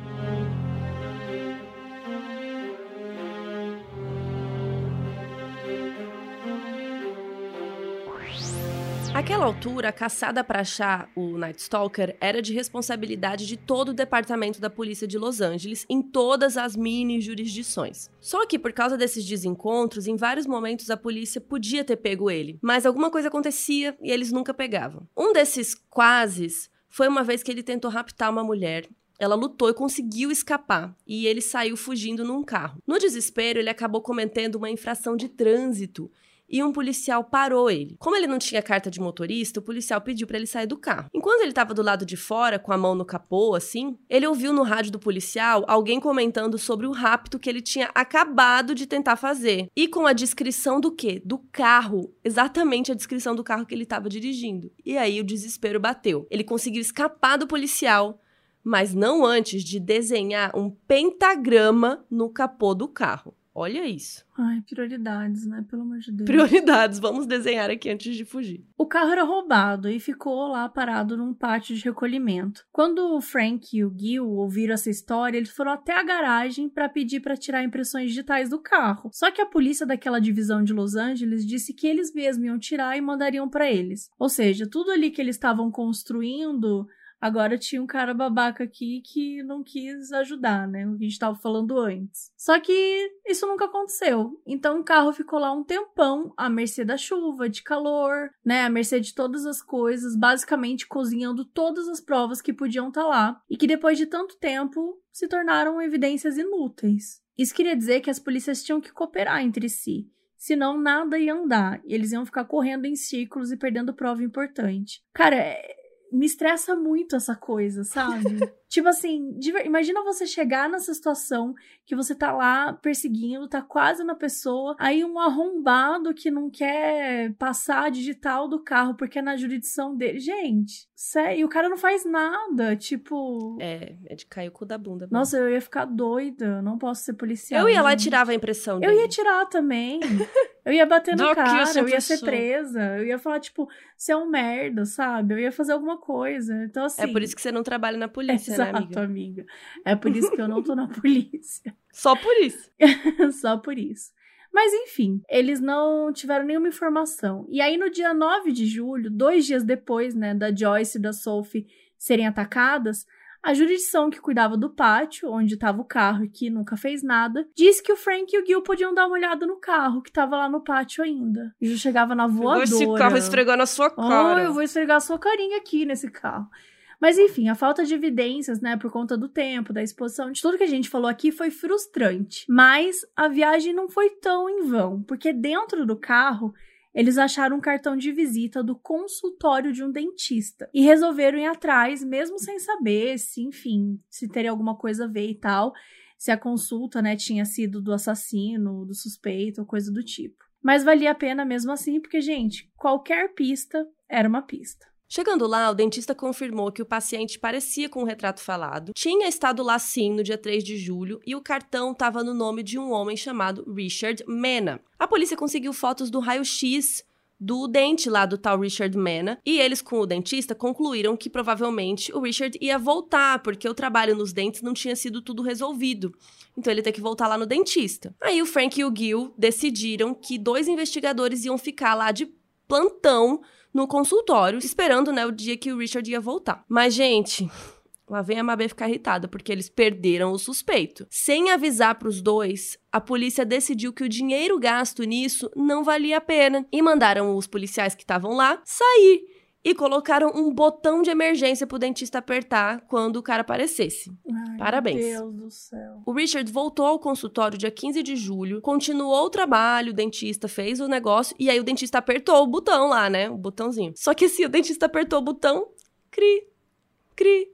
Àquela altura, a caçada para achar o Night Stalker era de responsabilidade de todo o departamento da polícia de Los Angeles em todas as mini-jurisdições. Só que, por causa desses desencontros, em vários momentos a polícia podia ter pego ele, mas alguma coisa acontecia e eles nunca pegavam. Um desses quases foi uma vez que ele tentou raptar uma mulher. Ela lutou e conseguiu escapar, e ele saiu fugindo num carro. No desespero, ele acabou cometendo uma infração de trânsito, e um policial parou ele. Como ele não tinha carta de motorista, o policial pediu pra ele sair do carro. Enquanto ele tava do lado de fora, com a mão no capô, assim, ele ouviu no rádio do policial alguém comentando sobre o rapto que ele tinha acabado de tentar fazer. E com a descrição do quê? Do carro. Exatamente a descrição do carro que ele tava dirigindo. E aí o desespero bateu. Ele conseguiu escapar do policial, mas não antes de desenhar um pentagrama no capô do carro. Olha isso. Ai, prioridades, né? Pelo amor de Deus. Prioridades, vamos desenhar aqui antes de fugir. O carro era roubado e ficou lá parado num pátio de recolhimento. Quando o Frank e o Gil ouviram essa história, eles foram até a garagem para pedir para tirar impressões digitais do carro. Só que a polícia daquela divisão de Los Angeles disse que eles mesmos iam tirar e mandariam para eles. Ou seja, tudo ali que eles estavam construindo... Agora tinha um cara babaca aqui que não quis ajudar, né? O que a gente estava falando antes. Só que isso nunca aconteceu. Então o carro ficou lá um tempão, à mercê da chuva, de calor, né? À mercê de todas as coisas, basicamente cozinhando todas as provas que podiam estar lá. E que depois de tanto tempo se tornaram evidências inúteis. Isso queria dizer que as polícias tinham que cooperar entre si. Senão nada ia andar. E eles iam ficar correndo em círculos e perdendo prova importante. Cara, é... me estressa muito essa coisa, sabe? Tipo assim, imagina você chegar nessa situação que você tá lá perseguindo, tá quase na pessoa, aí um arrombado que não quer passar a digital do carro porque é na jurisdição dele. Gente, sério, e o cara não faz nada, tipo... É, é de cair o cu da bunda. Mesmo. Nossa, eu ia ficar doida, não posso ser policial. Eu ia gente. lá e tirava a impressão dele. Eu ia tirar também. Eu ia bater no Do cara, eu ia pessoa. ser presa, eu ia falar, tipo, você é um merda, sabe? Eu ia fazer alguma coisa. Então, assim... É por isso que você não trabalha na polícia, Exato, né, amiga? amiga? É por isso que eu não tô na polícia. Só por isso. Só por isso. Mas, enfim, eles não tiveram nenhuma informação. E aí, no dia nove de julho, dois dias depois, né, da Joyce e da Sophie serem atacadas, a jurisdição que cuidava do pátio, onde estava o carro e que nunca fez nada, disse que o Frank e o Gil podiam dar uma olhada no carro, que estava lá no pátio ainda. E já chegava na voadora. Esse carro esfregou na sua cara. Oh, eu vou esfregar a sua carinha aqui nesse carro. Mas enfim, a falta de evidências, né, por conta do tempo, da exposição, de tudo que a gente falou aqui foi frustrante. Mas a viagem não foi tão em vão, porque dentro do carro eles acharam um cartão de visita do consultório de um dentista e resolveram ir atrás, mesmo sem saber se, enfim, se teria alguma coisa a ver e tal, se a consulta, né, tinha sido do assassino, do suspeito, ou coisa do tipo. Mas valia a pena mesmo assim, porque, gente, qualquer pista era uma pista. Chegando lá, o dentista confirmou que o paciente parecia com o retrato falado, tinha estado lá sim no dia três de julho e o cartão estava no nome de um homem chamado Richard Mena. A polícia conseguiu fotos do raio-x do dente lá do tal Richard Mena e eles com o dentista concluíram que provavelmente o Richard ia voltar, porque o trabalho nos dentes não tinha sido tudo resolvido. Então ele ia ter que voltar lá no dentista. Aí o Frank e o Gil decidiram que dois investigadores iam ficar lá de plantão no consultório, esperando, né, o dia que o Richard ia voltar. Mas, gente, lá vem a Mabê ficar irritada, porque eles perderam o suspeito. Sem avisar pros dois, a polícia decidiu que o dinheiro gasto nisso não valia a pena e mandaram os policiais que estavam lá sair e colocaram um botão de emergência pro dentista apertar quando o cara aparecesse. Ai, parabéns. Meu Deus do céu. O Richard voltou ao consultório dia quinze de julho, continuou o trabalho, o dentista fez o negócio, e aí o dentista apertou o botão lá, né? O botãozinho. Só que assim, o dentista apertou o botão, cri, cri,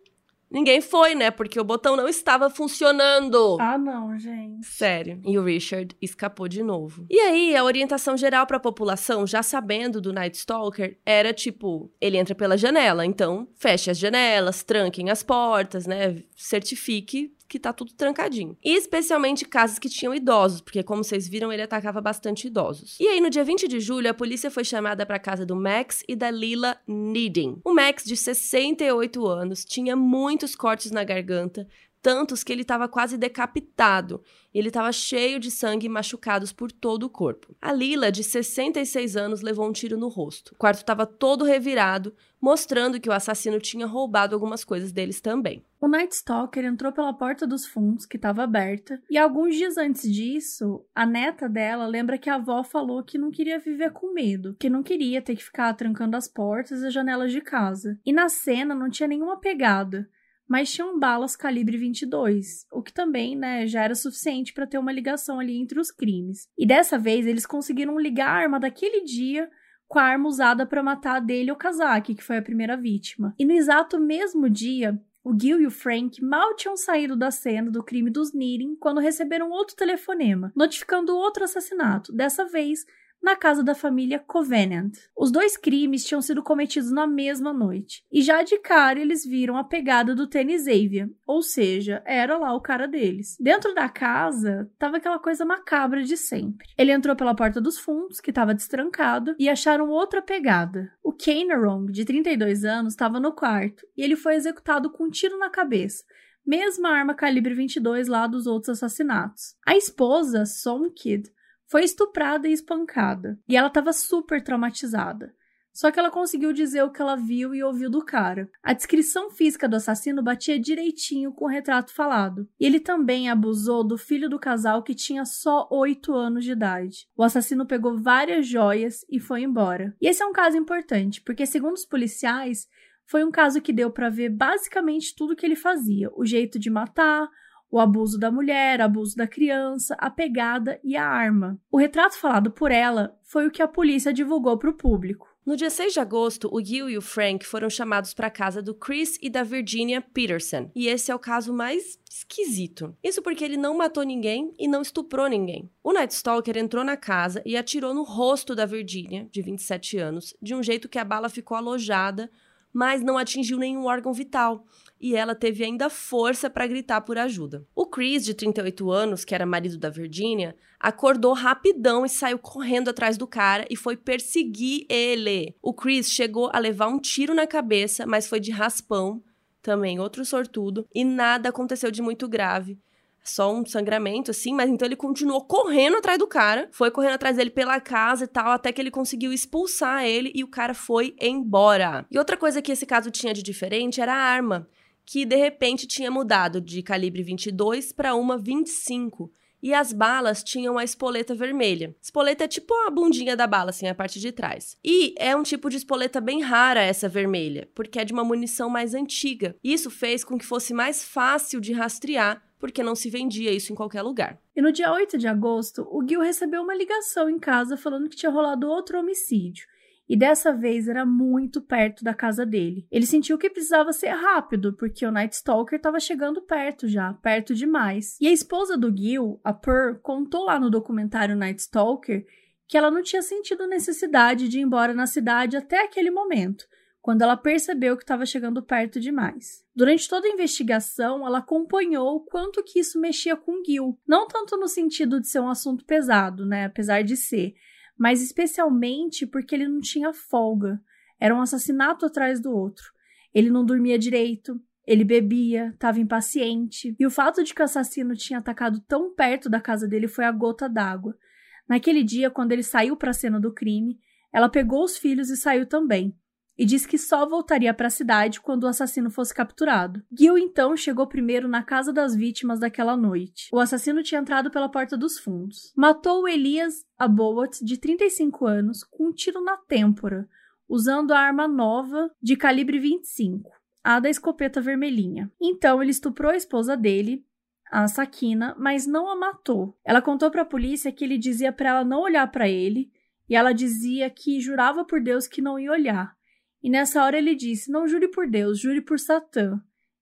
Ninguém foi, né? Porque o botão não estava funcionando. Ah, não, gente. Sério. E o Richard escapou de novo. E aí, a orientação geral pra população, já sabendo do Night Stalker, era tipo, ele entra pela janela, então feche as janelas, tranquem as portas, né? Certifique que tá tudo trancadinho. E especialmente casas que tinham idosos, porque como vocês viram, ele atacava bastante idosos. E aí, no dia vinte de julho, a polícia foi chamada pra casa do Max e da Lila Needing. O Max, de sessenta e oito anos, tinha muitos cortes na garganta, tantos que ele estava quase decapitado. Ele estava cheio de sangue e machucados por todo o corpo. A Lila, de sessenta e seis anos, levou um tiro no rosto. O quarto estava todo revirado, mostrando que o assassino tinha roubado algumas coisas deles também. O Night Stalker entrou pela porta dos fundos, que estava aberta, e alguns dias antes disso, a neta dela lembra que a avó falou que não queria viver com medo, que não queria ter que ficar trancando as portas e as janelas de casa. E na cena não tinha nenhuma pegada, mas tinham balas calibre vinte e dois, o que também, né, já era suficiente para ter uma ligação ali entre os crimes. E dessa vez eles conseguiram ligar a arma daquele dia com a arma usada para matar a Dale Okazaki, que foi a primeira vítima. E no exato mesmo dia, o Gil e o Frank mal tinham saído da cena do crime dos Needing quando receberam outro telefonema, notificando outro assassinato, dessa vez na casa da família Covenant. Os dois crimes tinham sido cometidos na mesma noite, e já de cara eles viram a pegada do Danny Xavier, ou seja, era lá o cara deles. Dentro da casa, tava aquela coisa macabra de sempre. Ele entrou pela porta dos fundos, que estava destrancada, e acharam outra pegada. O Kainarong, de trinta e dois anos, estava no quarto, e ele foi executado com um tiro na cabeça, mesma arma calibre vinte e dois lá dos outros assassinatos. A esposa, Somkid, foi estuprada e espancada, e ela estava super traumatizada. Só que ela conseguiu dizer o que ela viu e ouviu do cara. A descrição física do assassino batia direitinho com o retrato falado. E ele também abusou do filho do casal que tinha só oito anos de idade. O assassino pegou várias joias e foi embora. E esse é um caso importante, porque segundo os policiais, foi um caso que deu para ver basicamente tudo que ele fazia. O jeito de matar, o abuso da mulher, abuso da criança, a pegada e a arma. O retrato falado por ela foi o que a polícia divulgou para o público. No dia seis de agosto, o Gil e o Frank foram chamados para a casa do Chris e da Virginia Peterson. E esse é o caso mais esquisito. Isso porque ele não matou ninguém e não estuprou ninguém. O Night Stalker entrou na casa e atirou no rosto da Virginia, de vinte e sete anos, de um jeito que a bala ficou alojada, mas não atingiu nenhum órgão vital. E ela teve ainda força para gritar por ajuda. O Chris, de trinta e oito anos, que era marido da Virginia, acordou rapidão e saiu correndo atrás do cara e foi perseguir ele. O Chris chegou a levar um tiro na cabeça, mas foi de raspão, também outro sortudo, e nada aconteceu de muito grave. Só um sangramento, assim, mas então ele continuou correndo atrás do cara, foi correndo atrás dele pela casa e tal, até que ele conseguiu expulsar ele e o cara foi embora. E outra coisa que esse caso tinha de diferente era a arma, que de repente tinha mudado de calibre vinte e dois para uma vinte e cinco, e as balas tinham a espoleta vermelha. Espoleta é tipo a bundinha da bala, assim, a parte de trás. E é um tipo de espoleta bem rara essa vermelha, porque é de uma munição mais antiga. Isso fez com que fosse mais fácil de rastrear, porque não se vendia isso em qualquer lugar. E no dia oito de agosto, o Gil recebeu uma ligação em casa falando que tinha rolado outro homicídio. E dessa vez era muito perto da casa dele. Ele sentiu que precisava ser rápido, porque o Night Stalker estava chegando perto já, perto demais. E a esposa do Gil, a Pearl, contou lá no documentário Night Stalker que ela não tinha sentido necessidade de ir embora na cidade até aquele momento, quando ela percebeu que estava chegando perto demais. Durante toda a investigação, ela acompanhou o quanto que isso mexia com o Gil. Não tanto no sentido de ser um assunto pesado, né, apesar de ser, mas especialmente porque ele não tinha folga. Era um assassinato atrás do outro. Ele não dormia direito, ele bebia, estava impaciente, e o fato de que o assassino tinha atacado tão perto da casa dele foi a gota d'água. Naquele dia, quando ele saiu para a cena do crime, ela pegou os filhos e saiu também, e disse que só voltaria para a cidade quando o assassino fosse capturado. Gil, então, chegou primeiro na casa das vítimas daquela noite. O assassino tinha entrado pela porta dos fundos. Matou o Elias Abowat, de trinta e cinco anos, com um tiro na têmpora, usando a arma nova de calibre vinte e cinco, a da escopeta vermelhinha. Então, ele estuprou a esposa dele, a Sakina, mas não a matou. Ela contou para a polícia que ele dizia para ela não olhar para ele, e ela dizia que jurava por Deus que não ia olhar. E nessa hora ele disse, não jure por Deus, jure por Satã.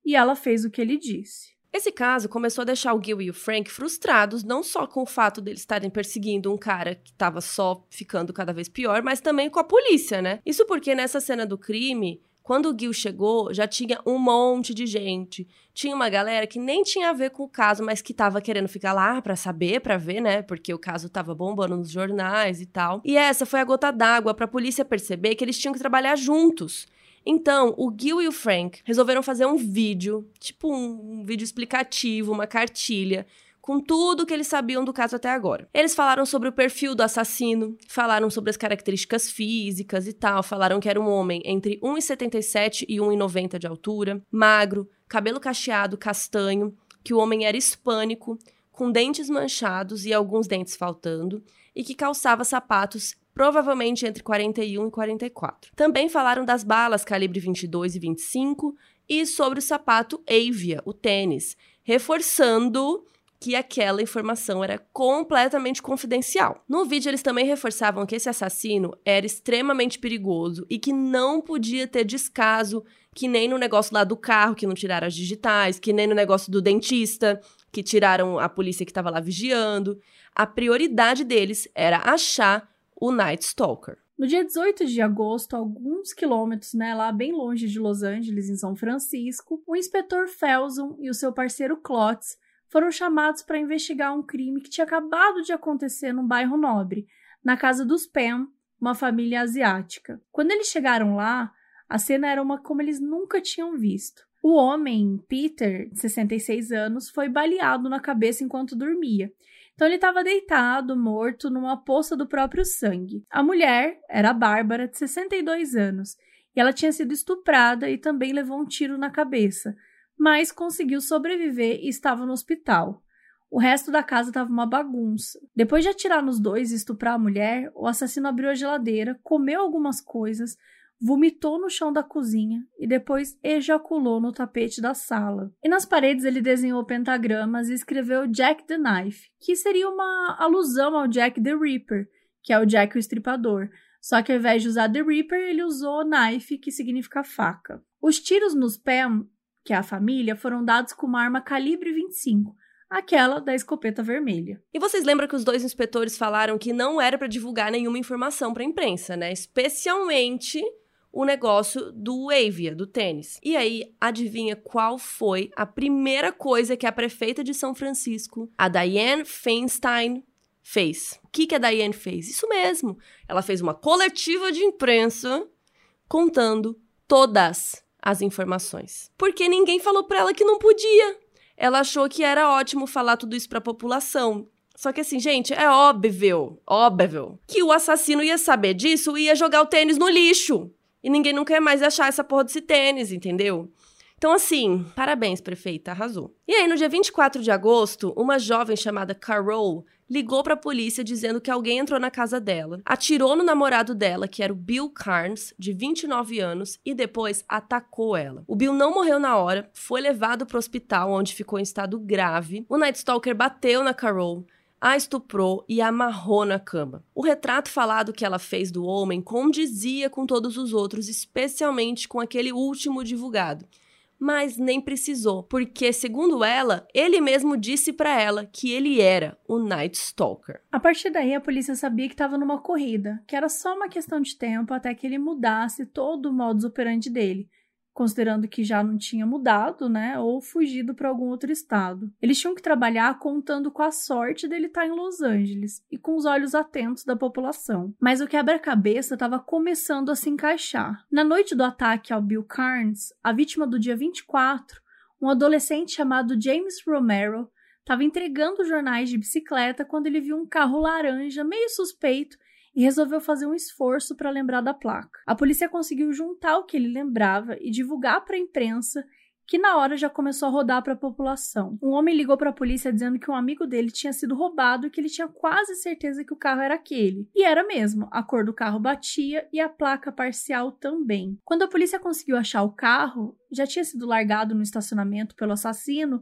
e ela fez o que ele disse. Esse caso começou a deixar o Gil e o Frank frustrados, não só com o fato deles estarem perseguindo um cara que estava só ficando cada vez pior, mas também com a polícia, né? Isso porque nessa cena do crime, quando o Gil chegou, já tinha um monte de gente. Tinha uma galera que nem tinha a ver com o caso, mas que tava querendo ficar lá pra saber, pra ver, né? Porque o caso tava bombando nos jornais e tal. E essa foi a gota d'água pra polícia perceber que eles tinham que trabalhar juntos. Então, o Gil e o Frank resolveram fazer um vídeo, tipo um, um vídeo explicativo, uma cartilha, com tudo que eles sabiam do caso até agora. Eles falaram sobre o perfil do assassino, falaram sobre as características físicas e tal, falaram que era um homem entre um e setenta e sete e um e noventa de altura, magro, cabelo cacheado, castanho, que o homem era hispânico, com dentes manchados e alguns dentes faltando, e que calçava sapatos provavelmente entre quarenta e um e quarenta e quatro. Também falaram das balas calibre vinte e dois e vinte e cinco e sobre o sapato Avia, o tênis, reforçando que aquela informação era completamente confidencial. No vídeo, eles também reforçavam que esse assassino era extremamente perigoso e que não podia ter descaso, que nem no negócio lá do carro, que não tiraram as digitais, que nem no negócio do dentista, que tiraram a polícia que estava lá vigiando. A prioridade deles era achar o Night Stalker. No dia dezoito de agosto, alguns quilômetros, né, lá bem longe de Los Angeles, em São Francisco, o inspetor Felson e o seu parceiro Klotz foram chamados para investigar um crime que tinha acabado de acontecer num bairro nobre, na casa dos Pam, uma família asiática. Quando eles chegaram lá, a cena era uma como eles nunca tinham visto. O homem, Peter, de sessenta e seis anos, foi baleado na cabeça enquanto dormia. Então ele estava deitado, morto, numa poça do próprio sangue. A mulher era a Bárbara, de sessenta e dois anos, e ela tinha sido estuprada e também levou um tiro na cabeça, mas conseguiu sobreviver e estava no hospital. O resto da casa estava uma bagunça. Depois de atirar nos dois e estuprar a mulher, o assassino abriu a geladeira, comeu algumas coisas, vomitou no chão da cozinha e depois ejaculou no tapete da sala. E nas paredes ele desenhou pentagramas e escreveu Jack the Knife, que seria uma alusão ao Jack the Ripper, que é o Jack o Estripador. Só que ao invés de usar the Ripper, ele usou knife, que significa faca. Os tiros nos Pam, que é a família, foram dados com uma arma calibre vinte e cinco, aquela da escopeta vermelha. E vocês lembram que os dois inspetores falaram que não era para divulgar nenhuma informação para a imprensa, né? Especialmente o negócio do Avia, do tênis. E aí, adivinha qual foi a primeira coisa que a prefeita de São Francisco, a Dianne Feinstein, fez? O que, que a Dianne fez? Isso mesmo. Ela fez uma coletiva de imprensa contando todas as informações. Porque ninguém falou para ela que não podia. Ela achou que era ótimo falar tudo isso para a população. Só que assim, gente, é óbvio, óbvio, que o assassino ia saber disso e ia jogar o tênis no lixo. E ninguém nunca ia mais achar essa porra desse tênis, entendeu? Então, assim, parabéns, prefeita, arrasou. E aí, no dia vinte e quatro de agosto, uma jovem chamada Carol ligou pra polícia dizendo que alguém entrou na casa dela, atirou no namorado dela, que era o Bill Carnes, de vinte e nove anos, e depois atacou ela. O Bill não morreu na hora, foi levado pro hospital, onde ficou em estado grave. O Night Stalker bateu na Carol, a estuprou e a amarrou na cama. O retrato falado que ela fez do homem condizia com todos os outros, especialmente com aquele último divulgado. Mas nem precisou, porque, segundo ela, ele mesmo disse pra ela que ele era o Night Stalker. A partir daí, a polícia sabia que estava numa corrida, que era só uma questão de tempo até que ele mudasse todo o modus operandi dele, considerando que já não tinha mudado, né, ou fugido para algum outro estado. Eles tinham que trabalhar contando com a sorte dele estar em Los Angeles e com os olhos atentos da população. Mas o quebra-cabeça estava começando a se encaixar. Na noite do ataque ao Bill Carnes, a vítima do dia vinte e quatro, um adolescente chamado James Romero, estava entregando jornais de bicicleta quando ele viu um carro laranja meio suspeito e resolveu fazer um esforço para lembrar da placa. A polícia conseguiu juntar o que ele lembrava e divulgar para a imprensa, que na hora já começou a rodar para a população. Um homem ligou para a polícia dizendo que um amigo dele tinha sido roubado e que ele tinha quase certeza que o carro era aquele. E era mesmo, a cor do carro batia e a placa parcial também. Quando a polícia conseguiu achar o carro, já tinha sido largado no estacionamento pelo assassino,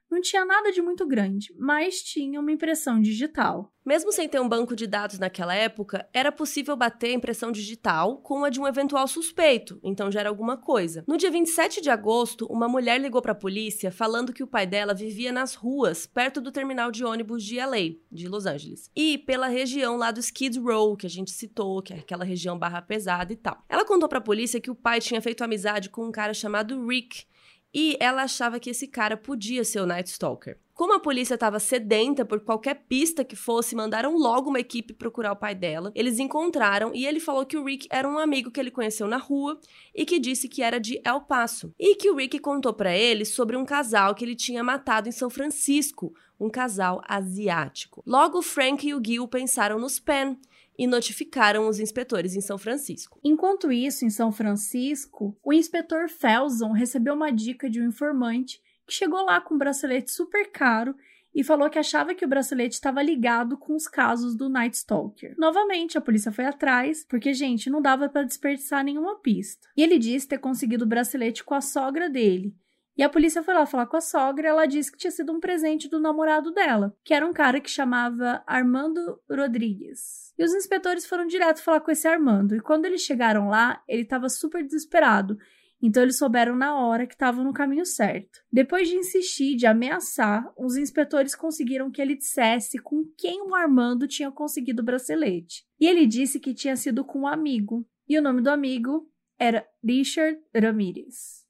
Não tinha nada de muito grande, mas tinha uma impressão digital. Mesmo sem ter um banco de dados naquela época, era possível bater a impressão digital com a de um eventual suspeito, então já era alguma coisa. No dia vinte e sete de agosto, uma mulher ligou para a polícia falando que o pai dela vivia nas ruas, perto do terminal de ônibus de L A, de Los Angeles, e pela região lá do Skid Row, que a gente citou, que é aquela região barra pesada e tal. Ela contou para a polícia que o pai tinha feito amizade com um cara chamado Rick, e ela achava que esse cara podia ser o Night Stalker. Como a polícia estava sedenta por qualquer pista que fosse, mandaram logo uma equipe procurar o pai dela. Eles encontraram e ele falou que o Rick era um amigo que ele conheceu na rua e que disse que era de El Paso. E que o Rick contou para ele sobre um casal que ele tinha matado em São Francisco, um casal asiático. Logo, Frank e o Gil pensaram nos Penn e notificaram os inspetores em São Francisco. Enquanto isso, em São Francisco, o inspetor Felson recebeu uma dica de um informante que chegou lá com um bracelete super caro e falou que achava que o bracelete estava ligado com os casos do Night Stalker. Novamente, a polícia foi atrás, porque, gente, não dava para desperdiçar nenhuma pista. E ele disse ter conseguido o bracelete com a sogra dele. E a polícia foi lá falar com a sogra e ela disse que tinha sido um presente do namorado dela, que era um cara que chamava Armando Rodrigues. E os inspetores foram direto falar com esse Armando. E quando eles chegaram lá, ele estava super desesperado. Então eles souberam na hora que estavam no caminho certo. Depois de insistir, de ameaçar, os inspetores conseguiram que ele dissesse com quem o Armando tinha conseguido o bracelete. E ele disse que tinha sido com um amigo. E o nome do amigo era Richard Ramirez.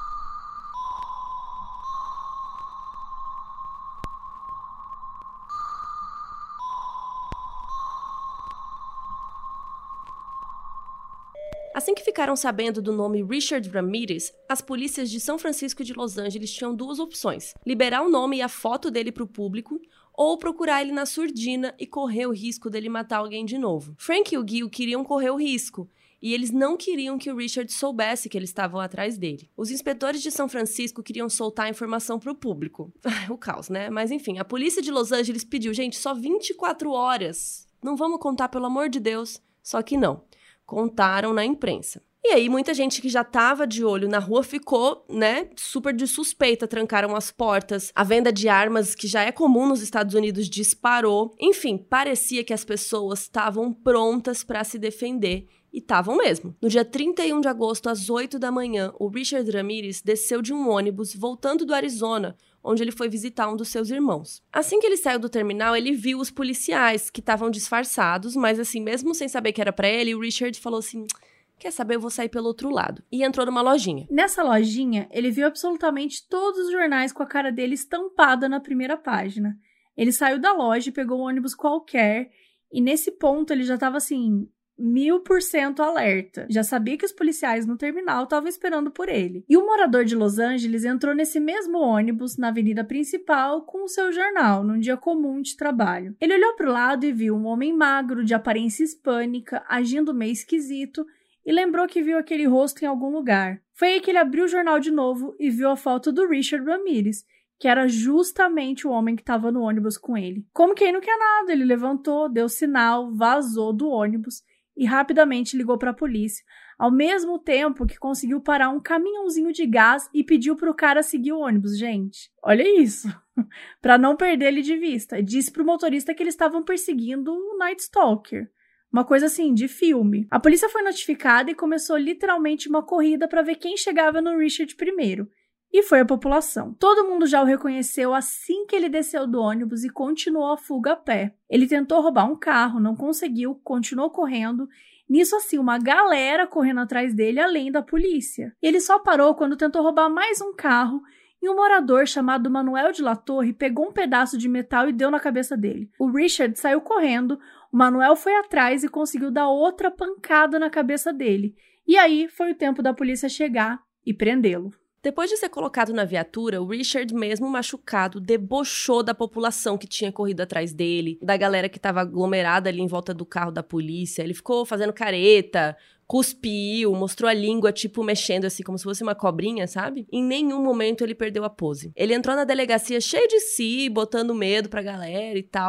Assim que ficaram sabendo do nome Richard Ramirez, as polícias de São Francisco e de Los Angeles tinham duas opções: liberar o nome e a foto dele para o público, ou procurar ele na surdina e correr o risco dele matar alguém de novo. Frank e o Gil queriam correr o risco, e eles não queriam que o Richard soubesse que eles estavam atrás dele. Os inspetores de São Francisco queriam soltar a informação para o público. O caos, né? Mas enfim, a polícia de Los Angeles pediu, gente, só vinte e quatro horas. Não vamos contar, pelo amor de Deus. Só que não. Contaram na imprensa. E aí, muita gente que já tava de olho na rua ficou, né, super de suspeita, trancaram as portas, a venda de armas, que já é comum nos Estados Unidos, disparou. Enfim, parecia que as pessoas estavam prontas para se defender, e estavam mesmo. No dia trinta e um de agosto, às oito da manhã, o Richard Ramirez desceu de um ônibus voltando do Arizona, onde ele foi visitar um dos seus irmãos. Assim que ele saiu do terminal, ele viu os policiais, que estavam disfarçados, mas assim, mesmo sem saber que era pra ele, o Richard falou assim: quer saber, eu vou sair pelo outro lado. E entrou numa lojinha. Nessa lojinha, ele viu absolutamente todos os jornais com a cara dele estampada na primeira página. Ele saiu da loja e pegou um ônibus qualquer, e nesse ponto ele já tava assim, mil por cento alerta. Já sabia que os policiais no terminal estavam esperando por ele. E o morador de Los Angeles entrou nesse mesmo ônibus, na avenida principal, com o seu jornal, num dia comum de trabalho. Ele olhou para o lado e viu um homem magro, de aparência hispânica, agindo meio esquisito, e lembrou que viu aquele rosto em algum lugar. Foi aí que ele abriu o jornal de novo e viu a foto do Richard Ramirez, que era justamente o homem que estava no ônibus com ele. Como quem não quer nada, ele levantou, deu sinal, vazou do ônibus e rapidamente ligou para a polícia, ao mesmo tempo que conseguiu parar um caminhãozinho de gás e pediu para o cara seguir o ônibus. Gente, olha isso, para não perder ele de vista. Disse para o motorista que eles estavam perseguindo o Night Stalker. Uma coisa assim, de filme. A polícia foi notificada e começou literalmente uma corrida para ver quem chegava no Richard primeiro. E foi a população. Todo mundo já o reconheceu assim que ele desceu do ônibus e continuou a fuga a pé. Ele tentou roubar um carro, não conseguiu, continuou correndo. Nisso assim, uma galera correndo atrás dele, além da polícia. E ele só parou quando tentou roubar mais um carro e um morador chamado Manuel de la Torre pegou um pedaço de metal e deu na cabeça dele. O Richard saiu correndo, o Manuel foi atrás e conseguiu dar outra pancada na cabeça dele. E aí foi o tempo da polícia chegar e prendê-lo. Depois de ser colocado na viatura, o Richard, mesmo machucado, debochou da população que tinha corrido atrás dele, da galera que estava aglomerada ali em volta do carro da polícia. Ele ficou fazendo careta, cuspiu, mostrou a língua, tipo, mexendo assim, como se fosse uma cobrinha, sabe? Em nenhum momento ele perdeu a pose. Ele entrou na delegacia cheio de si, botando medo pra galera e tal.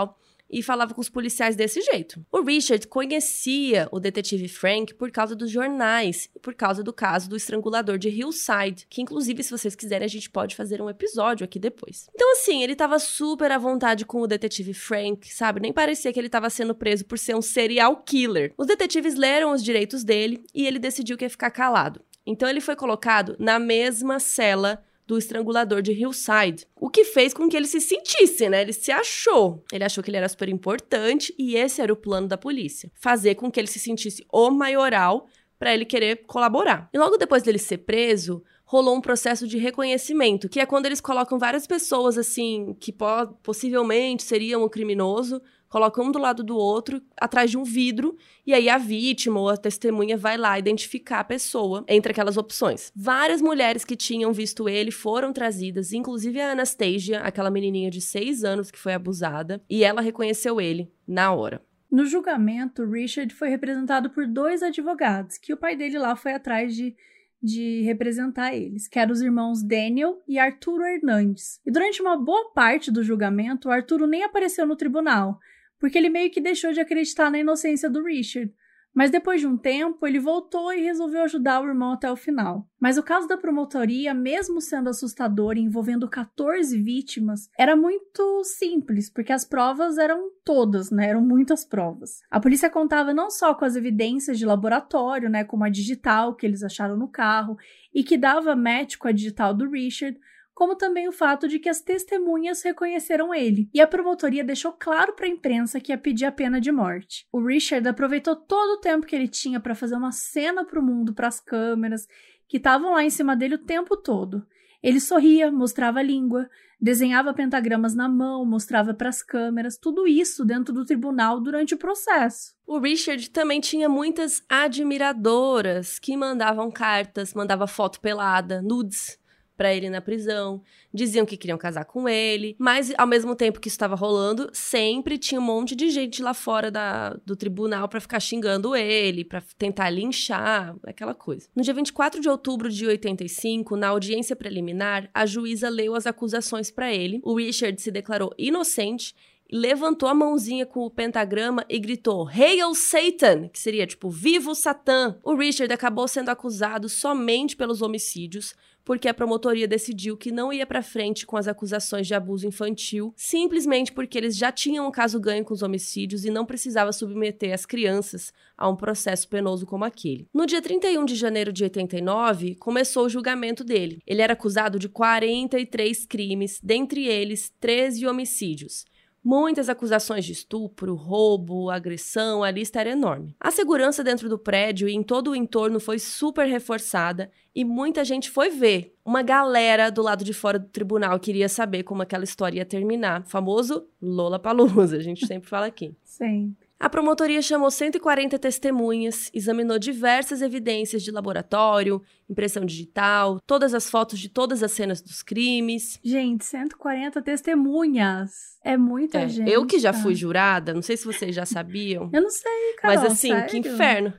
e falava com os policiais desse jeito. O Richard conhecia o detetive Frank por causa dos jornais e por causa do caso do estrangulador de Hillside, que inclusive, se vocês quiserem, a gente pode fazer um episódio aqui depois. Então assim, ele tava super à vontade com o detetive Frank, sabe? Nem parecia que ele tava sendo preso por ser um serial killer. Os detetives leram os direitos dele e ele decidiu que ia ficar calado. Então ele foi colocado na mesma cela do estrangulador de Hillside, o que fez com que ele se sentisse, né? Ele se achou. Ele achou que ele era super importante e esse era o plano da polícia. Fazer com que ele se sentisse o maioral para ele querer colaborar. E logo depois dele ser preso, rolou um processo de reconhecimento, que é quando eles colocam várias pessoas, assim, que po- possivelmente seriam um criminoso, colocam um do lado do outro, atrás de um vidro, e aí a vítima ou a testemunha vai lá identificar a pessoa entre aquelas opções. Várias mulheres que tinham visto ele foram trazidas, inclusive a Anastasia, aquela menininha de seis anos que foi abusada, e ela reconheceu ele na hora. No julgamento, Richard foi representado por dois advogados, que o pai dele lá foi atrás de, de representar eles, que eram os irmãos Daniel e Arturo Hernandes. E durante uma boa parte do julgamento, o Arturo nem apareceu no tribunal, porque ele meio que deixou de acreditar na inocência do Richard. Mas depois de um tempo, ele voltou e resolveu ajudar o irmão até o final. Mas o caso da promotoria, mesmo sendo assustador e envolvendo quatorze vítimas, era muito simples, porque as provas eram todas, né? Eram muitas provas. A polícia contava não só com as evidências de laboratório, né? Como a digital que eles acharam no carro, e que dava match com a digital do Richard, como também o fato de que as testemunhas reconheceram ele. E a promotoria deixou claro para a imprensa que ia pedir a pena de morte. O Richard aproveitou todo o tempo que ele tinha para fazer uma cena para o mundo, para as câmeras, que estavam lá em cima dele o tempo todo. Ele sorria, mostrava a língua, desenhava pentagramas na mão, mostrava para as câmeras, tudo isso dentro do tribunal durante o processo. O Richard também tinha muitas admiradoras que mandavam cartas, mandava foto pelada, nudes, pra ele na prisão, diziam que queriam casar com ele, mas ao mesmo tempo que isso estava rolando, sempre tinha um monte de gente lá fora da, do tribunal pra ficar xingando ele, pra tentar linchar, aquela coisa. No dia vinte e quatro de outubro de oitenta e cinco, na audiência preliminar, a juíza leu as acusações pra ele, o Richard se declarou inocente, levantou a mãozinha com o pentagrama e gritou Hail Satan, que seria tipo Viva o Satã. O Richard acabou sendo acusado somente pelos homicídios, porque a promotoria decidiu que não ia pra frente com as acusações de abuso infantil, simplesmente porque eles já tinham um caso ganho com os homicídios e não precisava submeter as crianças a um processo penoso como aquele. No dia trinta e um de janeiro de oitenta e nove, começou o julgamento dele. Ele era acusado de quarenta e três crimes, dentre eles treze homicídios. Muitas acusações de estupro, roubo, agressão, a lista era enorme. A segurança dentro do prédio e em todo o entorno foi super reforçada e muita gente foi ver. Uma galera do lado de fora do tribunal queria saber como aquela história ia terminar. O famoso Lollapalooza, a gente sempre fala aqui. Sim. A promotoria chamou cento e quarenta testemunhas, examinou diversas evidências de laboratório, impressão digital, todas as fotos de todas as cenas dos crimes. Gente, cento e quarenta testemunhas. É muita É, gente. eu que já fui jurada, não sei se vocês já sabiam. Eu não sei, Carol, Mas assim, sério? que inferno.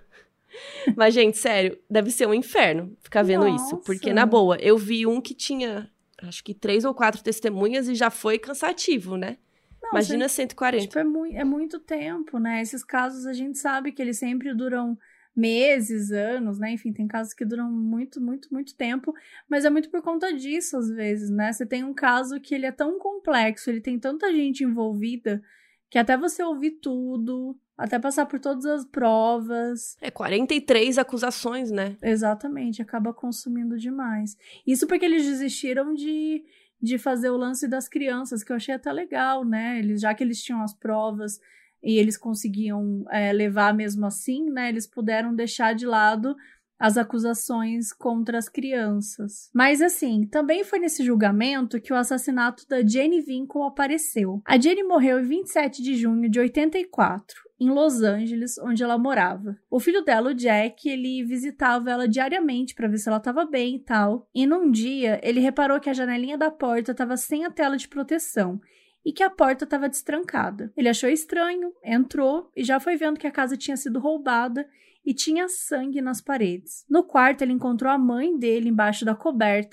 Mas, gente, sério, deve ser um inferno ficar vendo Nossa. isso. Porque, na boa, eu vi um que tinha, acho que três ou quatro testemunhas e já foi cansativo, né? Não, Imagina gente, cento e quarenta. Tipo, é, mu- é muito tempo, né? Esses casos a gente sabe que eles sempre duram meses, anos, né? Enfim, tem casos que duram muito, muito, muito tempo, mas é muito por conta disso, às vezes, né? Você tem um caso que ele é tão complexo, ele tem tanta gente envolvida, que até você ouvir tudo, até passar por todas as provas... É, quarenta e três acusações, né? Exatamente, acaba consumindo demais. Isso porque eles desistiram de... de fazer o lance das crianças, que eu achei até legal, né? Eles, já que eles tinham as provas e eles conseguiam é, levar mesmo assim, né? Eles puderam deixar de lado as acusações contra as crianças. Mas assim, também foi nesse julgamento que o assassinato da Jane Winkle apareceu. A Jane morreu em vinte e sete de junho de oitenta e quatro. Em Los Angeles, onde ela morava. O filho dela, o Jack, ele visitava ela diariamente para ver se ela estava bem e tal. E num dia, ele reparou que a janelinha da porta estava sem a tela de proteção e que a porta estava destrancada. Ele achou estranho, entrou e já foi vendo que a casa tinha sido roubada e tinha sangue nas paredes. No quarto, ele encontrou a mãe dele embaixo da coberta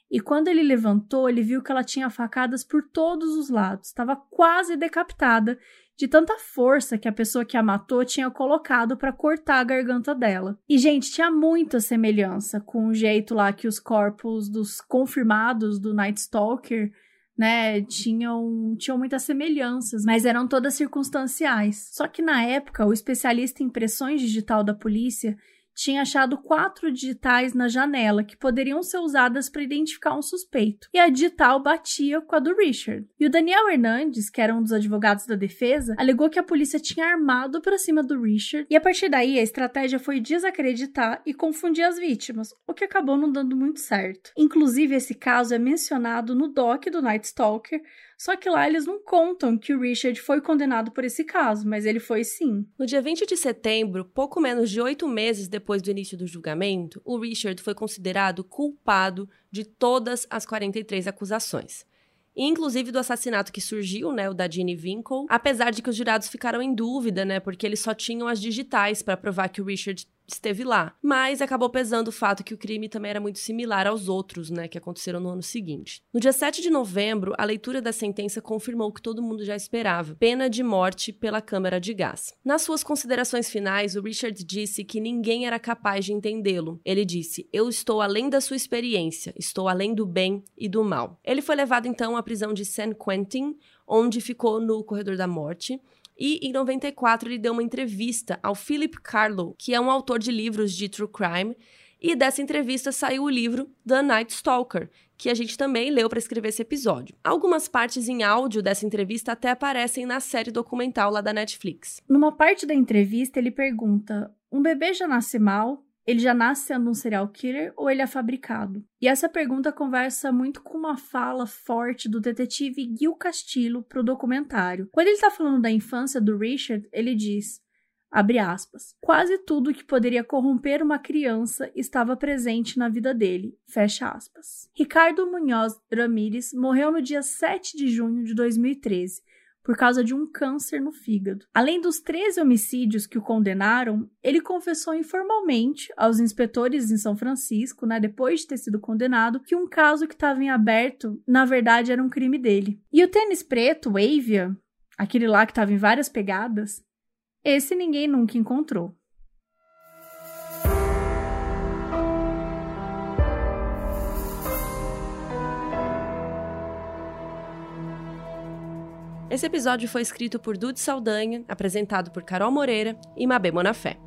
E quando ele levantou, ele viu que ela tinha facadas por todos os lados. Estava quase decapitada de tanta força que a pessoa que a matou tinha colocado para cortar a garganta dela. E, gente, tinha muita semelhança com o jeito lá que os corpos dos confirmados do Night Stalker, né, tinham, tinham muitas semelhanças, mas eram todas circunstanciais. Só que na época, o especialista em impressões digital da polícia tinha achado quatro digitais na janela que poderiam ser usadas para identificar um suspeito. E a digital batia com a do Richard. E o Daniel Hernandes, que era um dos advogados da defesa, alegou que a polícia tinha armado para cima do Richard. E a partir daí, a estratégia foi desacreditar e confundir as vítimas, o que acabou não dando muito certo. Inclusive, esse caso é mencionado no doc do Night Stalker, só que lá eles não contam que o Richard foi condenado por esse caso, mas ele foi sim. No dia vinte de setembro, pouco menos de oito meses depois do início do julgamento, o Richard foi considerado culpado de todas as quarenta e três acusações. Inclusive do assassinato que surgiu, né, o da Ginny Winkle, apesar de que os jurados ficaram em dúvida, né, porque eles só tinham as digitais para provar que o Richard esteve lá. Mas acabou pesando o fato que o crime também era muito similar aos outros, né, que aconteceram no ano seguinte. No dia sete de novembro, a leitura da sentença confirmou o que todo mundo já esperava: pena de morte pela câmara de gás. Nas suas considerações finais, o Richard disse que ninguém era capaz de entendê-lo. Ele disse: "Eu estou além da sua experiência, estou além do bem e do mal." Ele foi levado então à prisão de San Quentin, onde ficou no corredor da morte. E, em noventa e quatro, ele deu uma entrevista ao Philip Carlo, que é um autor de livros de true crime, e dessa entrevista saiu o livro The Night Stalker, que a gente também leu para escrever esse episódio. Algumas partes em áudio dessa entrevista até aparecem na série documental lá da Netflix. Numa parte da entrevista, ele pergunta: um bebê já nasce mal? Ele já nasce sendo um serial killer ou ele é fabricado? E essa pergunta conversa muito com uma fala forte do detetive Gil Castillo pro documentário. Quando ele tá falando da infância do Richard, ele diz, abre aspas, quase tudo que poderia corromper uma criança estava presente na vida dele, fecha aspas. Ricardo Munhoz Ramírez morreu no dia sete de junho de dois mil e treze, por causa de um câncer no fígado. Além dos treze homicídios que o condenaram, ele confessou informalmente aos inspetores em São Francisco, né, depois de ter sido condenado, que um caso que estava em aberto, na verdade, era um crime dele. E o tênis preto, o Avia, aquele lá que estava em várias pegadas, esse ninguém nunca encontrou. Esse episódio foi escrito por Dude Saldanha, apresentado por Carol Moreira e Mabê Bonafé.